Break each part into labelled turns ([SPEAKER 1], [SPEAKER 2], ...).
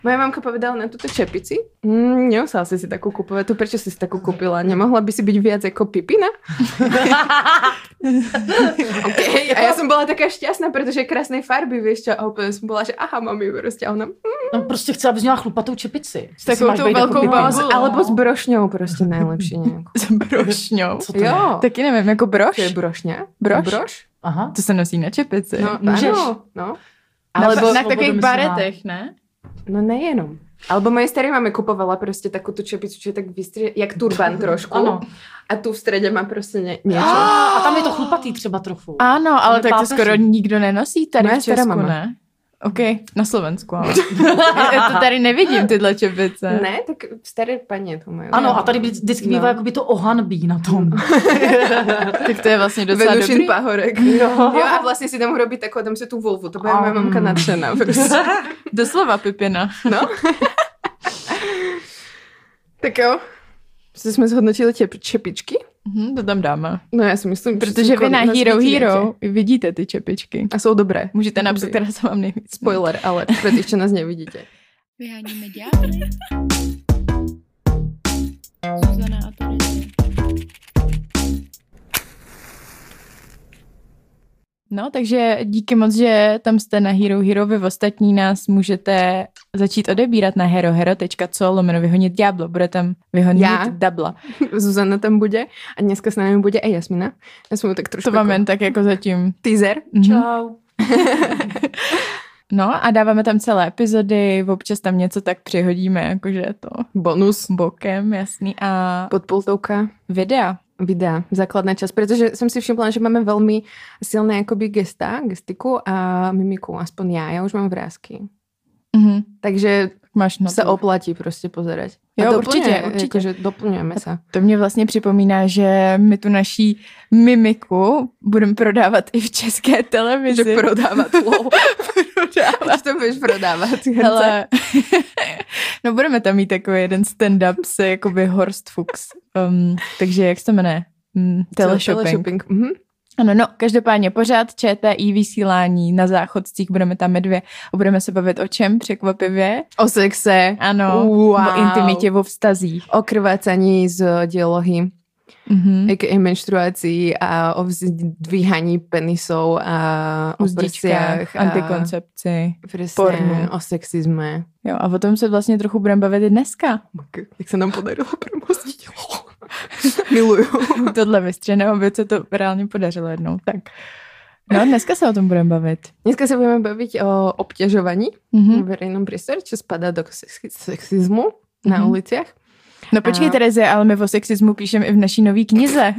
[SPEAKER 1] Moja mamka povedala na túto čepici. Nemusela si takú kúpovať. To prečo si takú kúpila? Nemohla by si byť viac ako Pipina? Okay. A ja som bola taká šťastná, pretože je krásnej farby, vieš čo? A úplne som bola, že aha, mami, proste. A ona...
[SPEAKER 2] No prostě chce, abys měla chlupatou čepici.
[SPEAKER 1] S takovou tou veľkou bavu. Alebo s brošňou prostě najlepšie nějakou.
[SPEAKER 3] S brošňou?
[SPEAKER 2] Co to je?
[SPEAKER 3] Taky nevím, jako broš?
[SPEAKER 1] To je brošňa?
[SPEAKER 3] Broš?
[SPEAKER 2] Aha.
[SPEAKER 3] To se nosí na čepici.
[SPEAKER 1] No,
[SPEAKER 2] Můžeš.
[SPEAKER 1] áno, no.
[SPEAKER 3] Alebo na
[SPEAKER 2] svobodu
[SPEAKER 3] takových
[SPEAKER 2] myslná.
[SPEAKER 3] baretech, ne?
[SPEAKER 1] No nejenom. Alebo moje staré máme kupovala prostě takovou tu čepicu, čo je tak vystrie, jak turban trošku.
[SPEAKER 2] Ano.
[SPEAKER 1] A tu v středě má prostě něco.
[SPEAKER 2] A tam je to chlupatý třeba trochu.
[SPEAKER 3] Ano, ale
[SPEAKER 2] Tam je
[SPEAKER 3] tak to
[SPEAKER 2] páteří.
[SPEAKER 3] skoro nikdo nenosí tady
[SPEAKER 1] Moje
[SPEAKER 3] v Česku,
[SPEAKER 1] stará mama.
[SPEAKER 3] ne? OK, na Slovensku, ale. Já to tady nevidím, tyhle čepice.
[SPEAKER 1] Ne, tak staré paní to mají.
[SPEAKER 2] Ano, a tady vždycky bývá jakoby to ohanbí na tom.
[SPEAKER 3] Tak to je vlastně docela
[SPEAKER 1] Venušin
[SPEAKER 3] dobrý.
[SPEAKER 1] pahorek. Jo, a vlastně si tam robí takovou, tam se tu volvu. To bude moje mamka nadšená. Prostě.
[SPEAKER 3] Doslova Pipina.
[SPEAKER 1] No. Tak jo. Jsme zhodnotili čepičky.
[SPEAKER 3] To tam dáme.
[SPEAKER 1] No já si myslím,
[SPEAKER 3] Protože vy na Hero Hero vidíte ty čepičky.
[SPEAKER 1] A jsou dobré.
[SPEAKER 3] Můžete napsat, která se vám nejvíc.
[SPEAKER 1] Spoiler, ale protože ještě nás nevidíte.
[SPEAKER 4] Vyháníme ďábly. Zuzana a Terezie.
[SPEAKER 3] No, takže díky moc, že tam jste na Hero Hero. Vy ostatní nás můžete začít odebírat na herohero.co/vyhonit ďáblo. Bude tam vyhonit dabla.
[SPEAKER 1] Zuzana tam bude a dneska s námi bude i Jasmina. Já jsem tak trošku
[SPEAKER 3] To vám jen tak jako zatím.
[SPEAKER 1] teaser.
[SPEAKER 2] Čau.
[SPEAKER 3] No a dáváme tam celé epizody, občas tam něco tak přihodíme, jakože to
[SPEAKER 1] Bonus.
[SPEAKER 3] bokem, jasný. A
[SPEAKER 1] Podpultovka.
[SPEAKER 3] videa.
[SPEAKER 1] Základná časť, pretože som si všimla, že máme veľmi silné akoby gestiku a mimiku, aspoň já už mám vrásky.
[SPEAKER 3] Mhm.
[SPEAKER 1] Takže
[SPEAKER 3] Máš na
[SPEAKER 1] se
[SPEAKER 3] to.
[SPEAKER 1] oplatí prostě pozerať.
[SPEAKER 3] Jo,
[SPEAKER 1] A
[SPEAKER 3] určitě.
[SPEAKER 1] Jakože doplňujeme se.
[SPEAKER 3] To mě vlastně připomíná, že my tu naší mimiku budeme prodávat i v české televizi.
[SPEAKER 1] Že prodávat, lol. Prodávat. To budeš prodávat.
[SPEAKER 3] Hele, no budeme tam mít takový jeden stand-up se jakoby Horst Fuchs. Takže jak se to jmenuje? Teleshopping.
[SPEAKER 1] Mhm.
[SPEAKER 3] Ano, no, každopádně pořád ČTI vysílání na záchodcích, budeme tam my dvě a budeme se bavit o čem překvapivě?
[SPEAKER 1] O sexe.
[SPEAKER 3] Ano,
[SPEAKER 1] Wow.
[SPEAKER 3] o intimitě, o vztazích.
[SPEAKER 1] O krvácaní z dielohy. A.k.a. menštruácii a o dvíhaní penisov a o prsiach.
[SPEAKER 3] Antikoncepci,
[SPEAKER 1] Presne,
[SPEAKER 3] pornu.
[SPEAKER 1] o sexizme.
[SPEAKER 3] Jo, a o tom se vlastně trochu budeme bavit i dneska.
[SPEAKER 1] Jak se nám podarilo premostit. Miluju.
[SPEAKER 3] Tohle vystřené oběd se to reálně podařilo jednou. Tak. No, dneska se o tom budeme bavit.
[SPEAKER 1] Dneska se budeme bavit o obťažovaní v verejnom priestore, čo spadá do sexizmu na uliciach.
[SPEAKER 3] No počkej, Terezie, ale my o sexismu píšeme i v naší nový knize.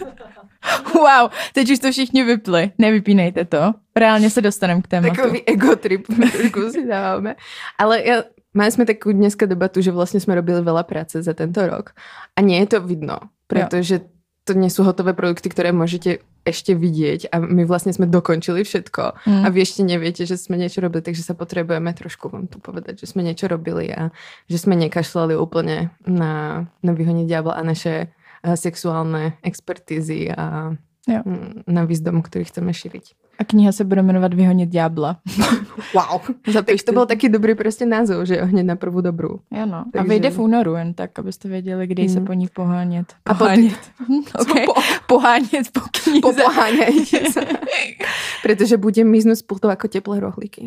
[SPEAKER 3] Wow, teď už to všichni vypli. Nevypínejte to. Reálně se dostaneme k tématu.
[SPEAKER 1] Takový egotrip trošku si dávame. Ale mali sme takú dneska debatu, že vlastne sme robili veľa práce za tento rok. A nie je to vidno, pretože to nie sú hotové produkty, ktoré môžete ešte vidieť a my vlastne sme dokončili všetko a vy ešte neviete, že sme niečo robili, takže sa potrebujeme trošku vám tu povedať, že sme niečo robili a že sme nekašľali úplne na vyhoniť diabla a naše sexuálne expertízy a na výzdom, ktorý chceme šíriť.
[SPEAKER 3] A kniha se bude jmenovat Vyhonit ďábla.
[SPEAKER 1] Wow. Tak to byl taky dobrý prostě název, že jo, hned na prvou dobrou.
[SPEAKER 3] Ano.
[SPEAKER 1] Takže...
[SPEAKER 3] A vyjde v únoru, jen tak, abyste věděli, kdy se po ní pohánět.
[SPEAKER 1] Okay.
[SPEAKER 3] Pohánět po knize.
[SPEAKER 1] Popoháňajte sa. Pretože budem miznúť z pultov ako teplé rohlíky.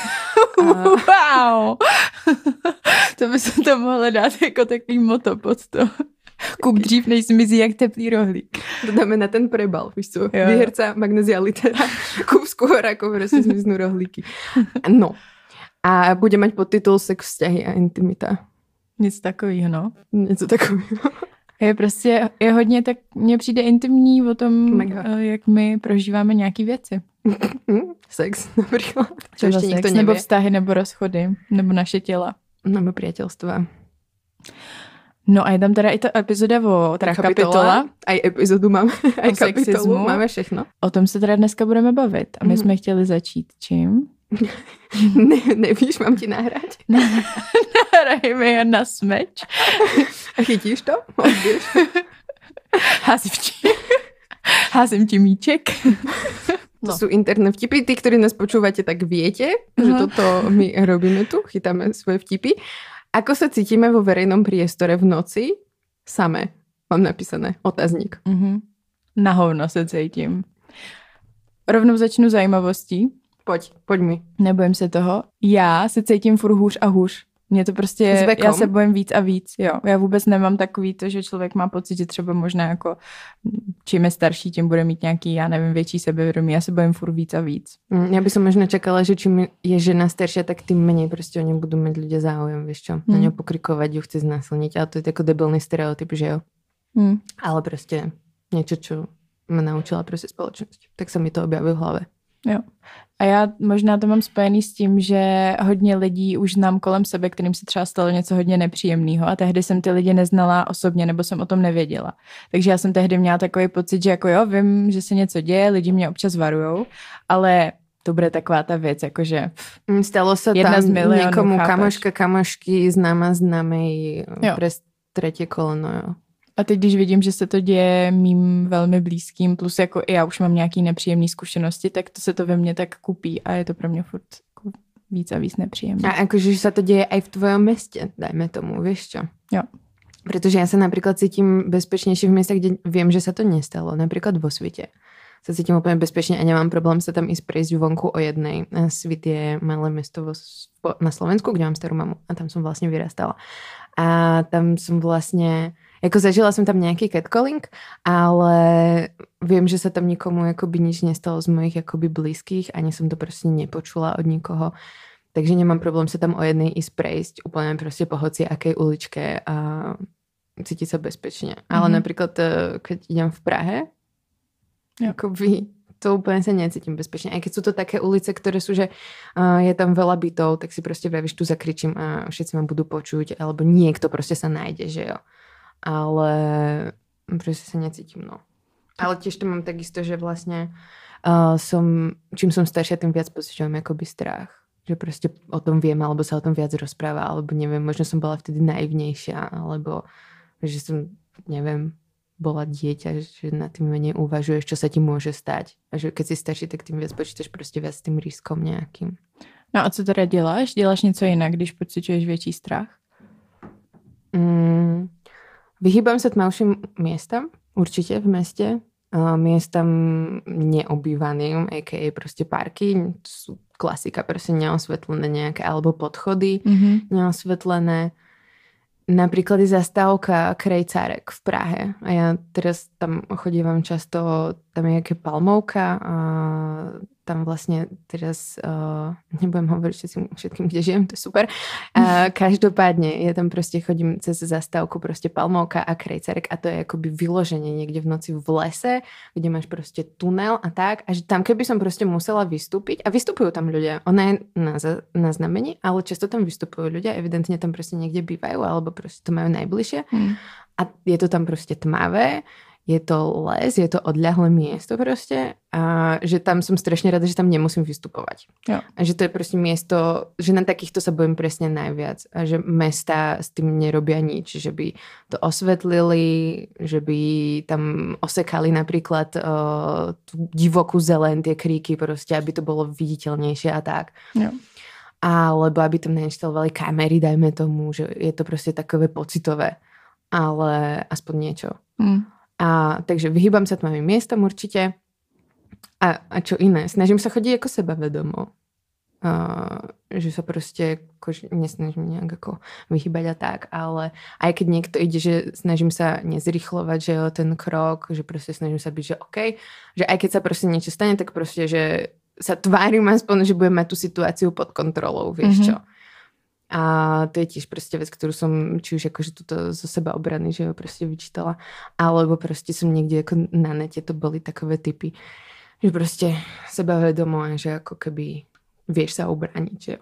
[SPEAKER 3] Wow. To by se to mohlo dát jako takový moto pod to. Kup dřív, než zmizí jak teplý rohlík.
[SPEAKER 1] To dáme na ten prebal, víš co? Výherca Magnesia Litera. Kup skôr, ako prostě zmiznú rohlíky. No. A bude mať podtitul Sex, vzťahy a intimita.
[SPEAKER 3] Nic takového, no.
[SPEAKER 1] Něco takového.
[SPEAKER 3] Je hodně, tak mně přijde intimní o tom, jak my prožíváme nějaký věci.
[SPEAKER 1] Sex například.
[SPEAKER 3] Čo ještě nikto nevie. Nebo vztahy, nebo rozchody, nebo naše těla.
[SPEAKER 1] Nebo priateľstva.
[SPEAKER 3] No a je tam teda i ta epizoda o teda kapitola.
[SPEAKER 1] Aj epizodu máme, aj kapitolu,
[SPEAKER 3] sexismu.
[SPEAKER 1] máme všechno.
[SPEAKER 3] O tom se teda dneska budeme bavit. A my jsme chtěli začít čím?
[SPEAKER 1] Nevíš, mám ti nahrať?
[SPEAKER 3] Nahrajme je na smeč.
[SPEAKER 1] A chytíš to?
[SPEAKER 3] Házím ti míček.
[SPEAKER 1] To sú interné vtipy. Tí, ktorí nás počúvate, tak viete, že toto my robíme tu, chytáme svoje vtipy. Ako sa cítime vo verejnom priestore v noci? Samé. Mám napísané. Otazník.
[SPEAKER 3] Na hovno se cítím. Rovnou začnu zajímavostí.
[SPEAKER 1] Pojď mi.
[SPEAKER 3] Nebojím se toho. Já se cítím furt hůř a hůř. Mě to prostě, já se bojím víc a víc. Jo. Já vůbec nemám takový to, že člověk má pocit, že třeba možná jako čím je starší, tím bude mít nějaký, já nevím, větší sebevědomí. Já se bojím furt víc a víc.
[SPEAKER 1] Já by som možno čakala, že čím je žena staršia, tak tým menej prostě o ňu budú mať ľudia záujem, vieš čo? Na ňu pokrikovať, ju chce znásilniť. Ale to je jako debilný stereotyp, že jo? Ale prostě niečo, čo ma naučila prostě spoločnosť. Tak sa mi to objaví v hlave.
[SPEAKER 3] Jo. A já možná to mám spojený s tím, že hodně lidí už znám kolem sebe, kterým se třeba stalo něco hodně nepříjemného a tehdy jsem ty lidi neznala osobně nebo jsem o tom nevěděla. Takže já jsem tehdy měla takový pocit, že jako jo, vím, že se něco děje, lidi mě občas varujou, ale to bude taková ta věc, jakože
[SPEAKER 1] stalo se tam někomu kamošky, známej pres třetí koleno, jo.
[SPEAKER 3] A teď, když vidím, že se to děje mým velmi blízkým, plus jako i já už mám nějaký nepříjemné zkušenosti, tak to se to ve mně tak kupí a je to pro mě furt jako víc a víc nepříjemné.
[SPEAKER 1] A jakože se to děje aj v tvojom městě, dajme tomu, víš čo?
[SPEAKER 3] Jo.
[SPEAKER 1] Protože já se například cítím bezpečnější v městech, kde vím, že se to nestalo. Například vo Svite se cítím úplně bezpečně a nemám problém se tam ísť prejsť vonku o jednej. Svit je malé město na Slovensku, kde mám starou mamu a tam jsem vlastně vyrastala. A tam jsem vlastně jako zažila jsem tam nějaký catcalling, ale vím, že se tam nikomu jakoby nič nestalo z mojich jakoby blízkých, ani jsem to prostě nepočula od nikoho. Takže nemám problém se tam o jednej ísť prejsť úplně prostě po hoci akej uličke a cítit se bezpečně. Ale například, keď idem v Prahe, jakoby to úplně se necítím bezpečně. A keď sú to také ulice, které sú, že je tam veľa bytov, tak si prostě vravíš, tu zakričím a všetci ma budú počuť, alebo niekto prostě sa nájde, že jo. Ale prostě se necítím, no. Ale tiež to mám takisto, že vlastně čím som staršia, tým viac pociťujem jakoby strach. Že prostě o tom viem, alebo sa o tom viac rozpráva, alebo neviem, možno som bola vtedy naivnejšia, alebo že som, neviem, bola dieťa, že na tým menej uvažuješ, čo sa ti môže stať. A že keď si starší, tak tým viac počítaš prostě viac s tým riskom nějakým.
[SPEAKER 3] No a co teda děláš? Děláš něco jinak, když pociťuješ větší strach?
[SPEAKER 1] Vyhýbam sa tmavším miestam, určite v meste. Miestam neobývaným, a.k.a. prostě parky, to sú klasika, prostě neosvetlené nejaké, alebo podchody neosvetlené. Napríklad je zastávka Krejcárek v Prahe a ja teraz tam chodívam často, tam je jaké Palmovka a tam vlastne teraz, nebudem hovoriť všetkým, kde žijem, to je super. Každopádne, ja tam prostě chodím cez zastávku prostě Palmovka a Krejcárek a to je akoby vyloženie niekde v noci v lese, kde máš prostě tunel a tak. A že tam keby som prostě musela vystúpiť, a vystupujú tam ľudia, ona je na znamení, ale často tam vystupujú ľudia, evidentne tam prostě niekde bývajú, alebo prostě to majú najbližšie. A je to tam prostě tmavé, je to les, je to odľahlé miesto prostě a že tam som strašne rada, že tam nemusím vystupovať.
[SPEAKER 3] Jo.
[SPEAKER 1] A že to je prostě miesto, že na takýchto sa bojím presne najviac a že mesta s tým nerobia nič, že by to osvetlili, že by tam osekali napríklad tú divokú zelen, tie kríky prostě, aby to bolo viditeľnejšie a tak.
[SPEAKER 3] Jo.
[SPEAKER 1] Alebo aby tam nainštalovali kamery, dajme tomu, že je to prostě takové pocitové, ale aspoň niečo. A takže vyhýbam sa tmavým miestam určite. A čo iné? Snažím sa chodiť ako sebavedomo. Že sa prostě nesnažím nejak ako vyhýbať a tak, ale aj keď niekto ide, že snažím sa nezrychlovať, že jo, ten krok, že prostě snažím sa byť, že OK, že aj keď sa prostě niečo stane, tak prostě, že sa tvárim aspoň, že budem mať tú situáciu pod kontrolou, vieš čo. A to je tiež prostě vec, ktorú som či už akože tuto zo seba obrany, že jo, prostě vyčítala, alebo prostě som niekde jako na nete, to boli takové typy, že prostě sebavedomo a že ako keby vieš sa obraniť, že jo.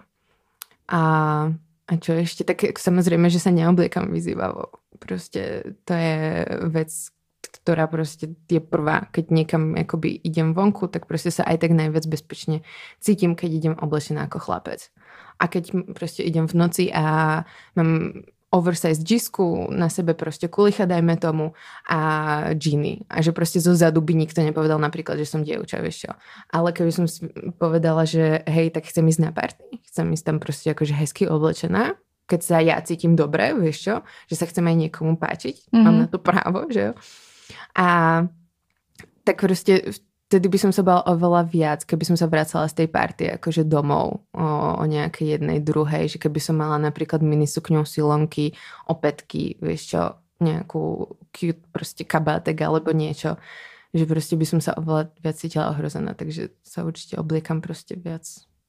[SPEAKER 1] A čo ešte, tak samozrejme, že sa neobliekam vyzývavo. Prostě to je vec, ktorá prostě je prvá, keď niekam akoby idem vonku, tak prostě sa aj tak najviac bezpečne cítim, keď idem oblečená ako chlapec. A keď prostě idem v noci a mám oversized džísku, na sebe proste kulicha, dajme tomu, a džíny. A že proste zo zadu by nikto nepovedal napríklad, že som dievča, vieš čo. Ale keby som si povedala, že hej, tak chcem ísť na party, chcem ísť tam proste akože hezky oblečená, keď sa ja cítim dobre, vieš čo, že sa chcem aj niekomu páčiť, mám na to právo, že jo. A tak proste vtedy by som sa bala oveľa viac, keby som sa vracala z tej party akože domov o nejakej jednej, druhej, že keby som mala napríklad minisukňu, silonky, opätky, vieš čo, nejakú cute proste kabátek alebo niečo, že proste by som sa oveľa viac cítila ohrozená, takže sa určite obliekam proste viac.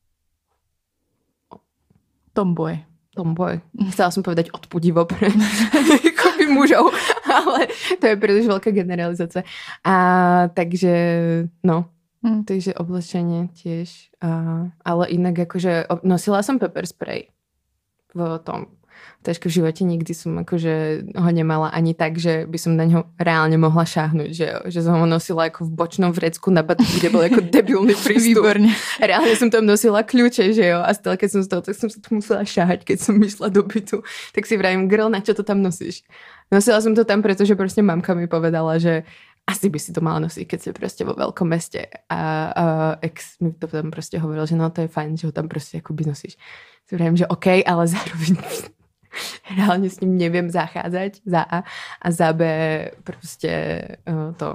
[SPEAKER 3] Tomboy.
[SPEAKER 1] Chcela som povedať odpudivo pre kopy mužov, ale to je príliš veľká generalizácia. Takže, no, takže oblečenie tiež. Ale inak akože nosila som pepper spray v tom. Takže v živote nikdy som akože ho nemala ani tak, že by som na ňo reálne mohla šáhnuť, že som ho nosila ako v bočnom vrecku na batu, kde bol ako debilný prístup.
[SPEAKER 3] Výborne.
[SPEAKER 1] Reálne som tam nosila kľúče, že jo, a stále keď som z toho, tak som sa to musela šáhať, keď som išla do bytu. Tak si vravím, girl, na čo to tam nosíš? Nosila som to tam, pretože proste mamka mi povedala, že asi by si to mala nosiť, keď si proste vo veľkom meste. A ex mi to tam proste hovoril, že no to je fajn, že ho tam proste akoby nosíš. Si vravím, že okej, ale zároveň reálne s ním neviem zachádzať za A a za B proste to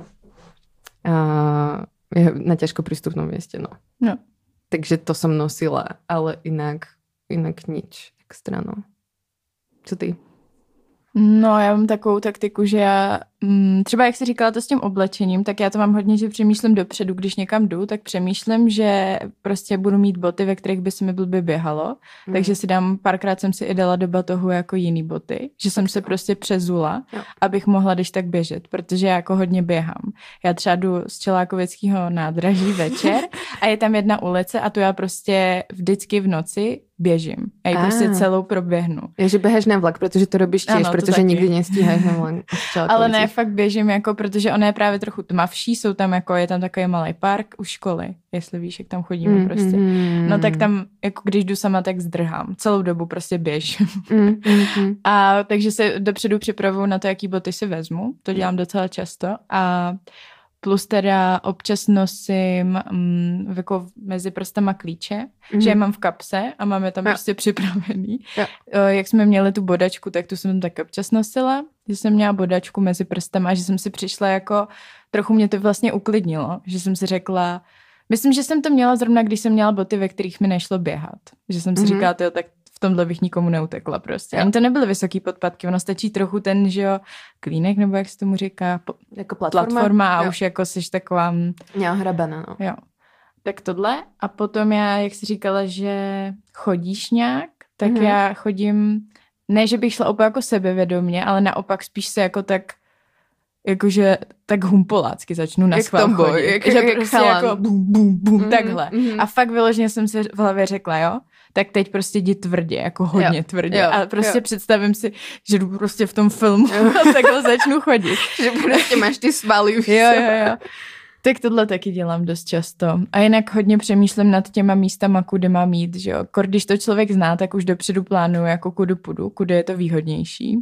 [SPEAKER 1] je na ťažko prístupnom mieste, no. Takže to som nosila, ale inak nič extra, no. Co ty?
[SPEAKER 3] No, já mám takovou taktiku, že já, třeba jak jsi říkala to s tím oblečením, tak já to mám hodně, že přemýšlím dopředu, když někam jdu, tak přemýšlím, že prostě budu mít boty, ve kterých by se mi blbě běhalo, takže si dám, párkrát jsem si i dala do batohu jako jiný boty, že jsem se prostě přezula, abych mohla když tak běžet, protože já jako hodně běhám. Já třeba jdu z Čelákovického nádraží večer a je tam jedna ulice a tu já prostě vždycky v noci běžím. Já ji prostě celou proběhnu.
[SPEAKER 1] Je, že běháš na vlak, protože to robíš tiež, protože nikdy nestíháš na vlak.
[SPEAKER 3] Ale ne, fakt běžím, jako, protože ona je právě trochu tmavší, jsou tam jako, je tam takový malý park u školy, jestli víš, jak tam chodíme prostě. No tak tam, jako když jdu sama, tak zdrhám. Celou dobu prostě běžím. A takže se dopředu připravuju na to, jaký boty si vezmu. To dělám docela často. A plus teda občas nosím jako mezi prstama klíče, že je mám v kapse a mám je tam prostě připravený. Jak jsme měli tu bodačku, tak tu jsem tak občas nosila, že jsem měla bodačku mezi prstama a že jsem si přišla jako, trochu mě to vlastně uklidnilo, že jsem si řekla, myslím, že jsem to měla zrovna, když jsem měla boty, ve kterých mi nešlo běhat. Že jsem si říkala, tak v tomhle bych nikomu neutekla prostě. Ani to nebyly vysoký podpatky, ono stačí trochu ten, že jo, klínek, nebo jak se tomu říká,
[SPEAKER 1] jako
[SPEAKER 3] platforma a už jako jsi taková...
[SPEAKER 1] Neohrabaná, no.
[SPEAKER 3] Jo. Tak tohle. A potom já, jak jsi říkala, že chodíš nějak, tak já chodím, ne, že bych šla úplně jako sebevědomě, ale naopak spíš se jako tak, jakože tak humpolácky začnu na schvál chodit. Že prostě jako bum, bum, bum, takhle. A fakt vyloženě jsem si v hlavě řekla, jo, tak teď prostě jdi tvrdě, jako hodně tvrdě. A prostě představím si, že jdu prostě v tom filmu a takhle začnu chodit.
[SPEAKER 1] Že prostě máš ty svaly.
[SPEAKER 3] Jo. Tak tohle taky dělám dost často. A jinak hodně přemýšlím nad těma místama, kudy mám jít, že jo. Když to člověk zná, tak už dopředu plánuju, jako kudy půjdu, kudy je to výhodnější.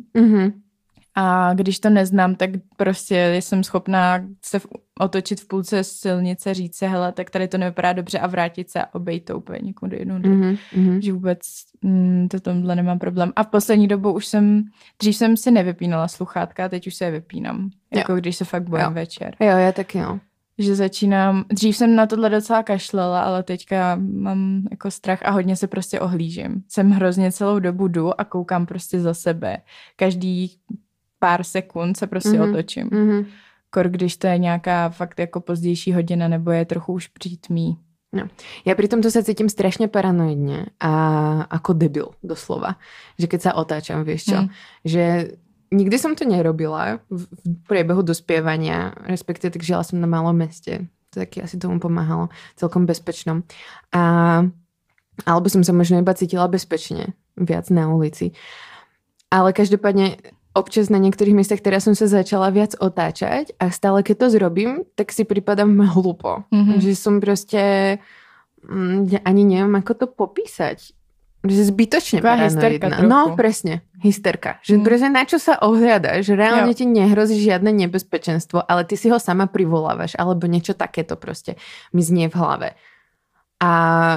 [SPEAKER 3] A když to neznám, tak prostě jsem schopná se otočit v půlce silnice, říct se, hele, tak tady to nevypadá dobře a vrátit se a obejít to úplně někudy jinou. Že vůbec to tomhle nemám problém. A v poslední dobou dřív jsem si nevypínala sluchátka, teď už se je vypínám. Jako když se fakt bojím večer.
[SPEAKER 1] Jo, já taky, jo.
[SPEAKER 3] Že začínám, dřív jsem na tohle docela kašlala, ale teďka mám jako strach a hodně se prostě ohlížím. Jsem hrozně celou dobu jdu a koukám prostě za sebe. Každý pár sekund se prostě otočím. Kor, když to je nějaká fakt jako pozdější hodina nebo je trochu už přítmí.
[SPEAKER 1] No. Ja pri tomto sa cítim strašne paranoidne a ako debil, doslova. Že keď sa otáčam, vieš čo? Že nikdy som to nerobila v priebehu dospievania, respektíve tak žila som na malom meste. To taky asi tomu pomáhalo, celkom bezpečnom. Alebo som sa možno iba cítila bezpečne viac na ulici. Ale každopádne občas na niektorých miestach teraz som sa začala viac otáčať a stále keď to zrobím, tak si pripadám hlupo. Že som proste ani neviem, ako to popísať. že zbytočne paranoidná. No, presne, hysterka. Že presne na čo sa ohľadaš, že reálne ti nehrozí žiadne nebezpečenstvo, ale ty si ho sama privolávaš, alebo niečo takéto proste mi znie v hlave. A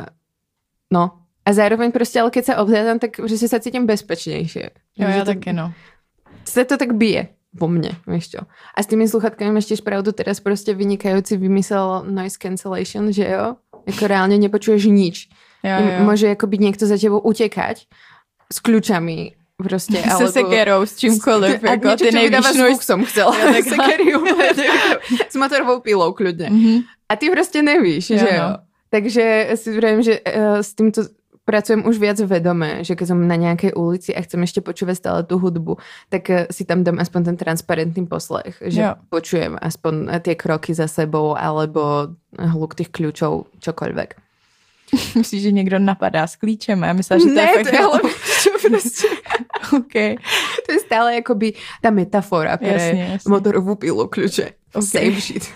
[SPEAKER 1] zároveň proste, ale keď sa ohľadám, tak že sa cítim bezpečnejšie.
[SPEAKER 3] Jo, ja také, no.
[SPEAKER 1] Sa to tak bije po mne, vieš čo. A s tými sluchatkami máš tiež pravdu, teraz proste vynikajúci vymyslel noise cancellation, že jo? Jako reálne nepočuješ nič. Jo. Môže akoby niekto za tebou utekať s kľúčami proste.
[SPEAKER 3] Se sekerou, s čímkoliv.
[SPEAKER 1] A niečo, čo vydáva zvuk som chcela. Sekeriu, s motorovou pilou kľudne. A ty proste nevíš, že jo. Takže si vravím, že s týmto pracujem už viac vedome, že keď som na nejakej ulici a chcem ešte počúvať stále tú hudbu, tak si tam dám aspoň ten transparentný poslech, že počujem aspoň tie kroky za sebou alebo hluk tých kľúčov, čokoľvek.
[SPEAKER 3] Myslíš, že někdo napadá s klíčem? Já myslela, že to je fakt...
[SPEAKER 1] ale prostě...
[SPEAKER 3] Okay.
[SPEAKER 1] To je stále jakoby ta metafora pre motorovú pilu kľúče.
[SPEAKER 3] Okay.
[SPEAKER 1] Same shit.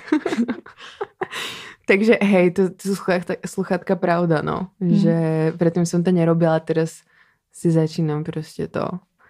[SPEAKER 1] Takže hej, to sluchátka pravda, no. Že predtým som to nerobila, teraz si začínám prostě to.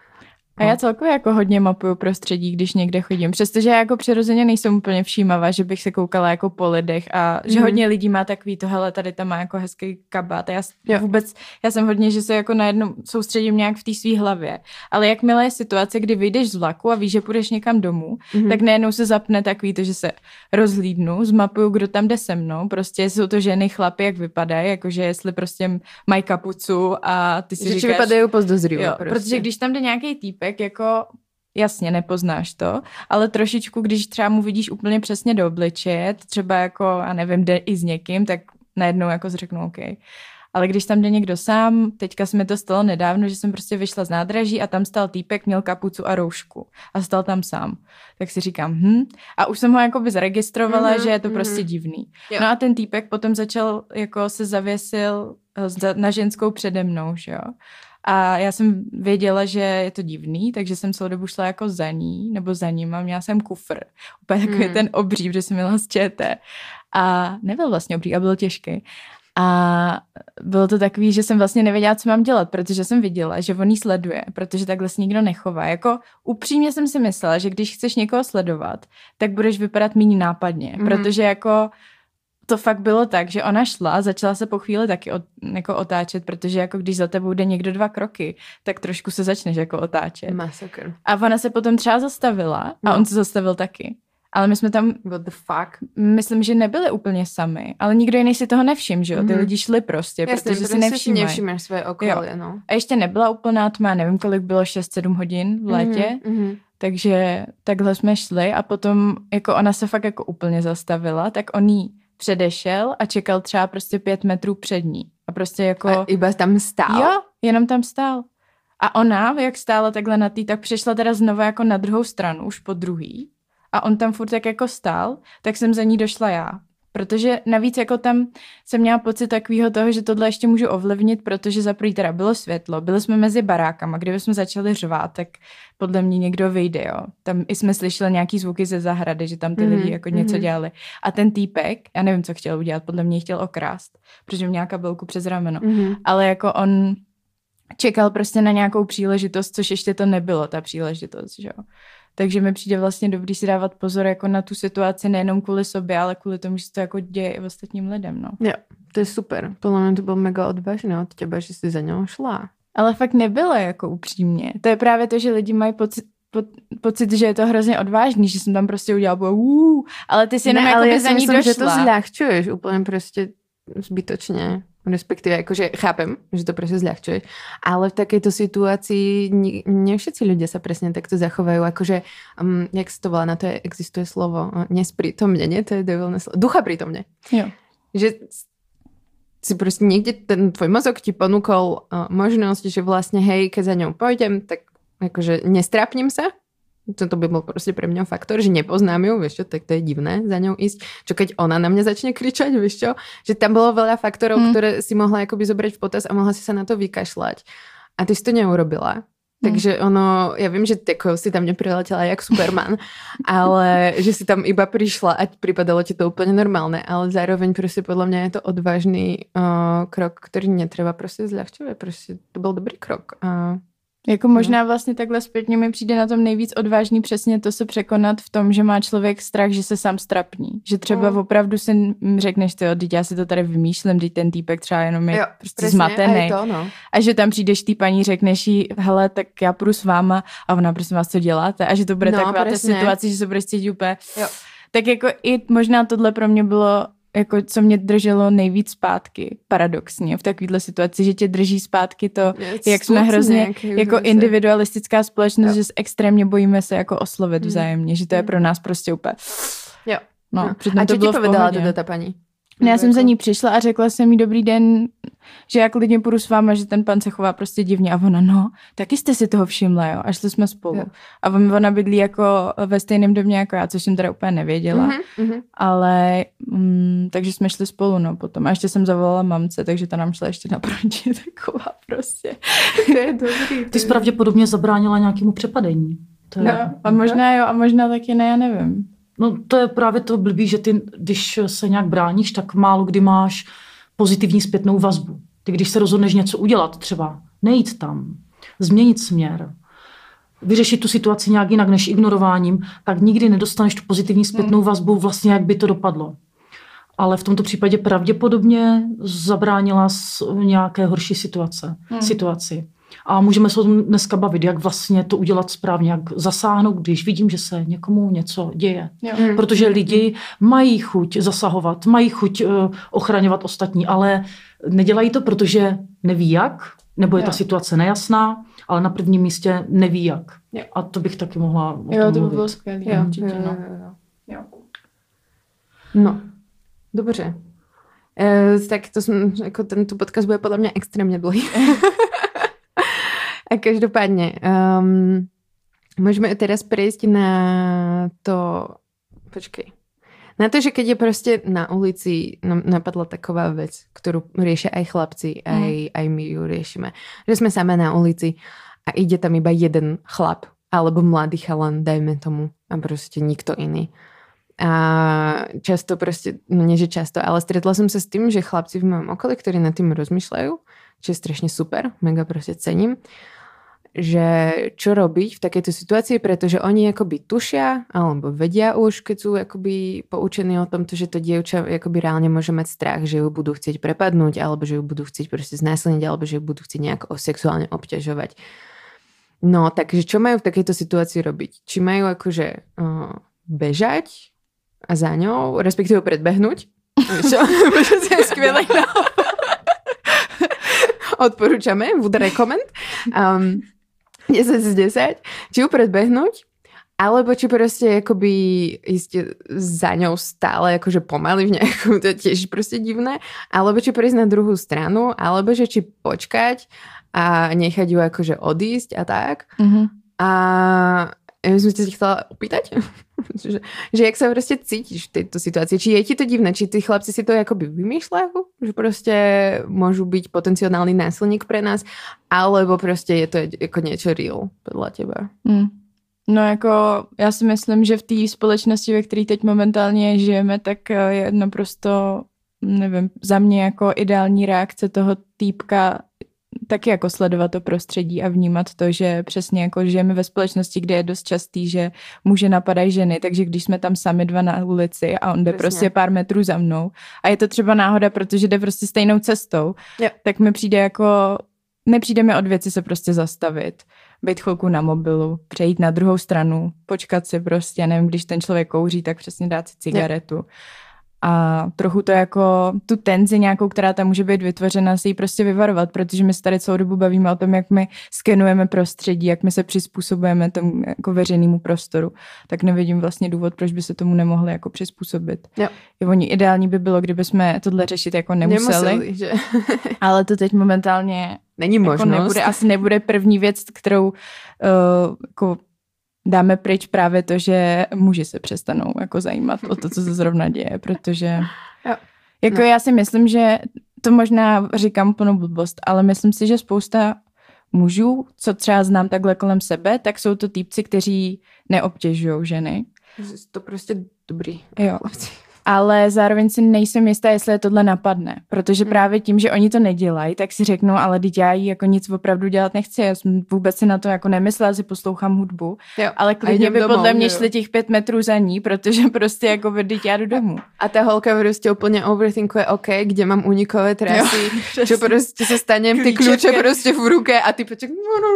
[SPEAKER 3] A já celkově jako hodně mapuju prostředí, když někde chodím. Přestože já jako přirozeně nejsem úplně všímavá, že bych se koukala jako po lidech a že hodně lidí má takový to, hele, tady tam má jako hezký kabát. A já jsem hodně, že se jako najednou soustředím nějak v té svý hlavě. Ale jakmile je situace, kdy vyjdeš z vlaku a víš, že půjdeš někam domů, tak najednou se zapne takový to, že se rozhlídnu, zmapuju, kdo tam jde se mnou. Prostě jsou to ženy, chlapy, jak vypadají, jakože jestli prostě mají kapucu a ty si
[SPEAKER 1] že
[SPEAKER 3] říkáš...
[SPEAKER 1] Že vypadají podozřívě.
[SPEAKER 3] Protože když tam jde nějaký týpek, jako jasně nepoznáš to, ale trošičku, když třeba mu vidíš úplně přesně do obličeje, třeba jako, a nevím, jde i s někým, tak najednou jako řeknu OK. Ale když tam jde někdo sám, teďka se mi to stalo nedávno, že jsem prostě vyšla z nádraží a tam stál týpek, měl kapucu a roušku a stál tam sám. Tak si říkám, a už jsem ho jakoby zaregistrovala, že je to prostě divný. Jo. No a ten týpek potom začal, jako se zavěsil na ženskou přede mnou, že jo. A já jsem věděla, že je to divný, takže jsem celou dobu šla jako za ní, nebo za ním a měla jsem kufr. Úplně takový ten obří, protože jsem měla z ČT. A nebyl vlastně obří a byl těžký. A bylo to takový, že jsem vlastně nevěděla, co mám dělat, protože jsem viděla, že on jí sleduje, protože takhle se nikdo nechová. Jako upřímně jsem si myslela, že když chceš někoho sledovat, tak budeš vypadat méně nápadně, protože jako to fakt bylo tak, že ona šla a začala se po chvíli taky jako otáčet, protože jako když za tebou jde někdo 2 kroky, tak trošku se začneš jako otáčet.
[SPEAKER 1] Masakr.
[SPEAKER 3] A ona se potom třeba zastavila a on se zastavil taky. Ale my jsme tam,
[SPEAKER 1] what the fuck,
[SPEAKER 3] myslím, že nebyli úplně sami, ale nikdo jiný si toho nevšim, že jo? Ty lidi šli prostě,
[SPEAKER 1] jasně,
[SPEAKER 3] protože si nevšímají.
[SPEAKER 1] Nevšimáš své okolí, no.
[SPEAKER 3] A ještě nebyla úplná tma, nevím, kolik bylo, 6-7 hodin v létě, takže takhle jsme šli a potom jako ona se fakt jako úplně zastavila, tak on jí předešel a čekal třeba prostě 5 metrů před ní. A prostě jako...
[SPEAKER 1] A iba tam stál?
[SPEAKER 3] Jo, jenom tam stál. A ona, jak stála takhle na tý, tak přišla teda znova jako na druhou stranu, už po druhý. A on tam furt tak jako stál, tak jsem za ní došla já. Protože navíc jako tam jsem měla pocit takového toho, že tohle ještě můžu ovlivnit, protože za prvý teda bylo světlo, byli jsme mezi barákama, kdyby jsme začali řvát, tak podle mě někdo vyjde, jo. Tam i jsme slyšeli nějaký zvuky ze zahrady, že tam ty lidi jako něco dělali. A ten týpek, já nevím, co chtěl udělat, podle mě chtěl okrást, protože měl kabelku přes rameno. Ale jako on čekal prostě na nějakou příležitost, což ještě to nebylo, ta příležitost, že jo. Takže mi přijde vlastně dobrý si dávat pozor jako na tu situaci nejenom kvůli sobě, ale kvůli tomu, že se to jako děje i ostatním lidem, no.
[SPEAKER 1] Jo, to je super. Podle mě to bylo mega odvážné od těba, že jsi za něho šla.
[SPEAKER 3] Ale fakt nebylo jako upřímně. To je právě to, že lidi mají pocit, že je to hrozně odvážný, že jsem tam prostě udělala ale ty si jenom jako by za ní došla.
[SPEAKER 1] Že to zľahčuješ úplně prostě zbytočně. Respektíve, akože chápem, že to presne zľahčuješ, ale v takejto situácii nie všetci ľudia sa presne takto zachovajú, akože, jak sa to volá, na to existuje slovo, nesprítomnenie, to je devilné slovo, ducha prítomne.
[SPEAKER 3] Jo.
[SPEAKER 1] Že si proste niekde, ten tvoj mozog ti ponúkol možnosť, že vlastne hej, keď za ňou pôjdem, tak akože nestrápnim sa. To by bol proste pre mňa faktor, že nepoznám ju, vieš čo, tak to je divné za ňou ísť. Čo keď ona na mňa začne kričať, vieš čo, že tam bolo veľa faktorov, ktoré si mohla akoby zobrať v potaz a mohla si sa na to vykašľať. A ty si to neurobila. Takže ono, ja viem, že tako si tam nepriletela jak Superman, ale že si tam iba prišla a pripadalo ti to úplne normálne, ale zároveň proste podľa mňa je to odvážný krok, ktorý netreba proste zľahčovať. Proste to byl dobrý krok.
[SPEAKER 3] Jako možná vlastně takhle zpětně mi přijde na tom nejvíc odvážný přesně to se překonat v tom, že má člověk strach, že se sám strapní. Že třeba opravdu si řekneš, teď já si to tady vymýšlím, teď ten týpek třeba jenom je prostě zmatený. A že tam přijdeš tý paní, řekneš jí, hele, tak já půjdu s váma a ona, prosím vás, co děláte? A že to bude taková ta situace, že se bude cítit úplně... Tak jako i možná tohle pro mě bylo jako co mě drželo nejvíc zpátky, paradoxně, v takovéhle situaci, že tě drží zpátky to, jak jsme hrozně jako individualistická společnost, že extrémně bojíme se jako oslovit vzájemně, že to je pro nás prostě úplně...
[SPEAKER 1] Jo.
[SPEAKER 3] No,
[SPEAKER 1] a co ti povedala ta paní?
[SPEAKER 3] No, já jsem za ní přišla a řekla jsem jí dobrý den, že já klidně půjdu s váma, že ten pan se chová prostě divně. A ona, taky jste si toho všimla, jo? A šli jsme spolu. Jo. A ona bydlí jako ve stejném domě jako já, což jsem teda úplně nevěděla. Ale takže jsme šli spolu, potom. A ještě jsem zavolala mamce, takže ta nám šla ještě naproti, taková prostě.
[SPEAKER 1] To je dobrý.
[SPEAKER 2] Ty jsi pravděpodobně zabránila nějakému přepadení.
[SPEAKER 3] A možná jo, a možná taky ne, já nevím.
[SPEAKER 2] No to je právě to blbý, že ty, když se nějak bráníš, tak málo kdy máš pozitivní zpětnou vazbu. Ty, když se rozhodneš něco udělat, třeba nejít tam, změnit směr, vyřešit tu situaci nějak jinak než ignorováním, tak nikdy nedostaneš tu pozitivní zpětnou vazbu vlastně, jak by to dopadlo. Ale v tomto případě pravděpodobně zabránila nějaké horší situaci. A můžeme se o tom dneska bavit, jak vlastně to udělat správně, jak zasáhnout, když vidím, že se někomu něco děje. Protože lidi mají chuť zasahovat, mají chuť ochraňovat ostatní, ale nedělají to, protože neví jak, nebo je ta situace nejasná, ale na prvním místě neví jak. A to bych taky mohla o tom mluvit.
[SPEAKER 3] To by bylo skvělé.
[SPEAKER 1] No, dobře. Tak to jsem, jako tento podcast bude podle mě extrémně dlouhý. A každopádně, můžeme teraz prejsť na to, na to, že keď je prostě na ulici napadla taková vec, ktorú riešia aj chlapci, aj my ju riešime, že sme same na ulici a ide tam iba jeden chlap, alebo mladý chalan, dajme tomu, a prostě nikto iný. A často prostě, nie že často, ale stretla som sa s tým, že chlapci v mojom okolí, ktorí nad tým rozmýšľajú, čo je strašne super, mega prostě cením, že čo robiť v takejto situácii, pretože oni akoby tušia, alebo vedia už, keď sú akoby poučení o tom, že to dievča akoby reálne môže mať strach, že ju budú chcieť prepadnúť, alebo že ju budú chcieť proste znásilniť, alebo že ju budú chcieť nejak sexuálne obťažovať. No, takže čo majú v takejto situácii robiť? Či majú akože bežať a za ňou, respektíve predbehnúť? Čo? To je skvělé. Odporúčame, would recommend. 10 z 10. Či ju predbehnúť, alebo či proste akoby ísť za ňou stále akože pomaly v nejakú, to je tiež proste divné, alebo či prejsť na druhú stranu, alebo že či počkať a nechať ju akože odísť a tak. A ja som ti chcela opýtať, že jak sa proste cítiš v tejto situácii? Či je ti to divné? Či tí chlapci si to akoby vymýšľajú? Že proste môžu byť potenciálny násilník pre nás? Alebo proste je to jako niečo real podľa teba?
[SPEAKER 3] No jako já si myslím, že v té společnosti, ve které teď momentálně žijeme, tak je naprosto, nevím, za mě jako ideální reakce toho týpka taky jako sledovat to prostředí a vnímat to, že přesně jako žijeme ve společnosti, kde je dost častý, že muži napadají ženy, takže když jsme tam sami dva na ulici a on jde prostě pár metrů za mnou a je to třeba náhoda, protože jde prostě stejnou cestou, tak mi přijde jako, nepřijdeme od věci se prostě zastavit, být chvilku na mobilu, přejít na druhou stranu, počkat si prostě, nevím, když ten člověk kouří, tak přesně dát si cigaretu. A trochu to jako tu tenzi nějakou, která tam může být vytvořena, se jí prostě vyvarovat, protože my se tady celou dobu bavíme o tom, jak my skenujeme prostředí, jak my se přizpůsobujeme tomu jako veřejnému prostoru, tak nevidím vlastně důvod, proč by se tomu nemohli jako přizpůsobit. Oni ideální by bylo, kdyby jsme tohle řešit jako nemuseli
[SPEAKER 1] že?
[SPEAKER 3] Ale to teď momentálně
[SPEAKER 1] není možnost.
[SPEAKER 3] Jako asi nebude první věc, kterou jako dáme pryč právě to, že muži se přestanou jako zajímat o to, co se zrovna děje, protože já si myslím, že to možná říkám plnou blbost, ale myslím si, že spousta mužů, co třeba znám takhle kolem sebe, tak jsou to týpci, kteří neobtěžují ženy.
[SPEAKER 1] To prostě dobrý.
[SPEAKER 3] Jo. Ale zároveň si nejsem jistá, jestli je tohle napadne, protože právě tím, že oni to nedělají, tak si řeknou, ale teď já jí jako nic opravdu dělat nechci, já jsem vůbec si na to jako nemyslela, si poslouchám hudbu,
[SPEAKER 1] jo.
[SPEAKER 3] Ale klidně by podle mě šli těch 5 metrů za ní, protože prostě jako teď já jdu domů.
[SPEAKER 1] A ta holka prostě úplně overthinkuje, OK, kde mám unikové trasy, že prostě se stanem ty klíče prostě v ruke a ty poček,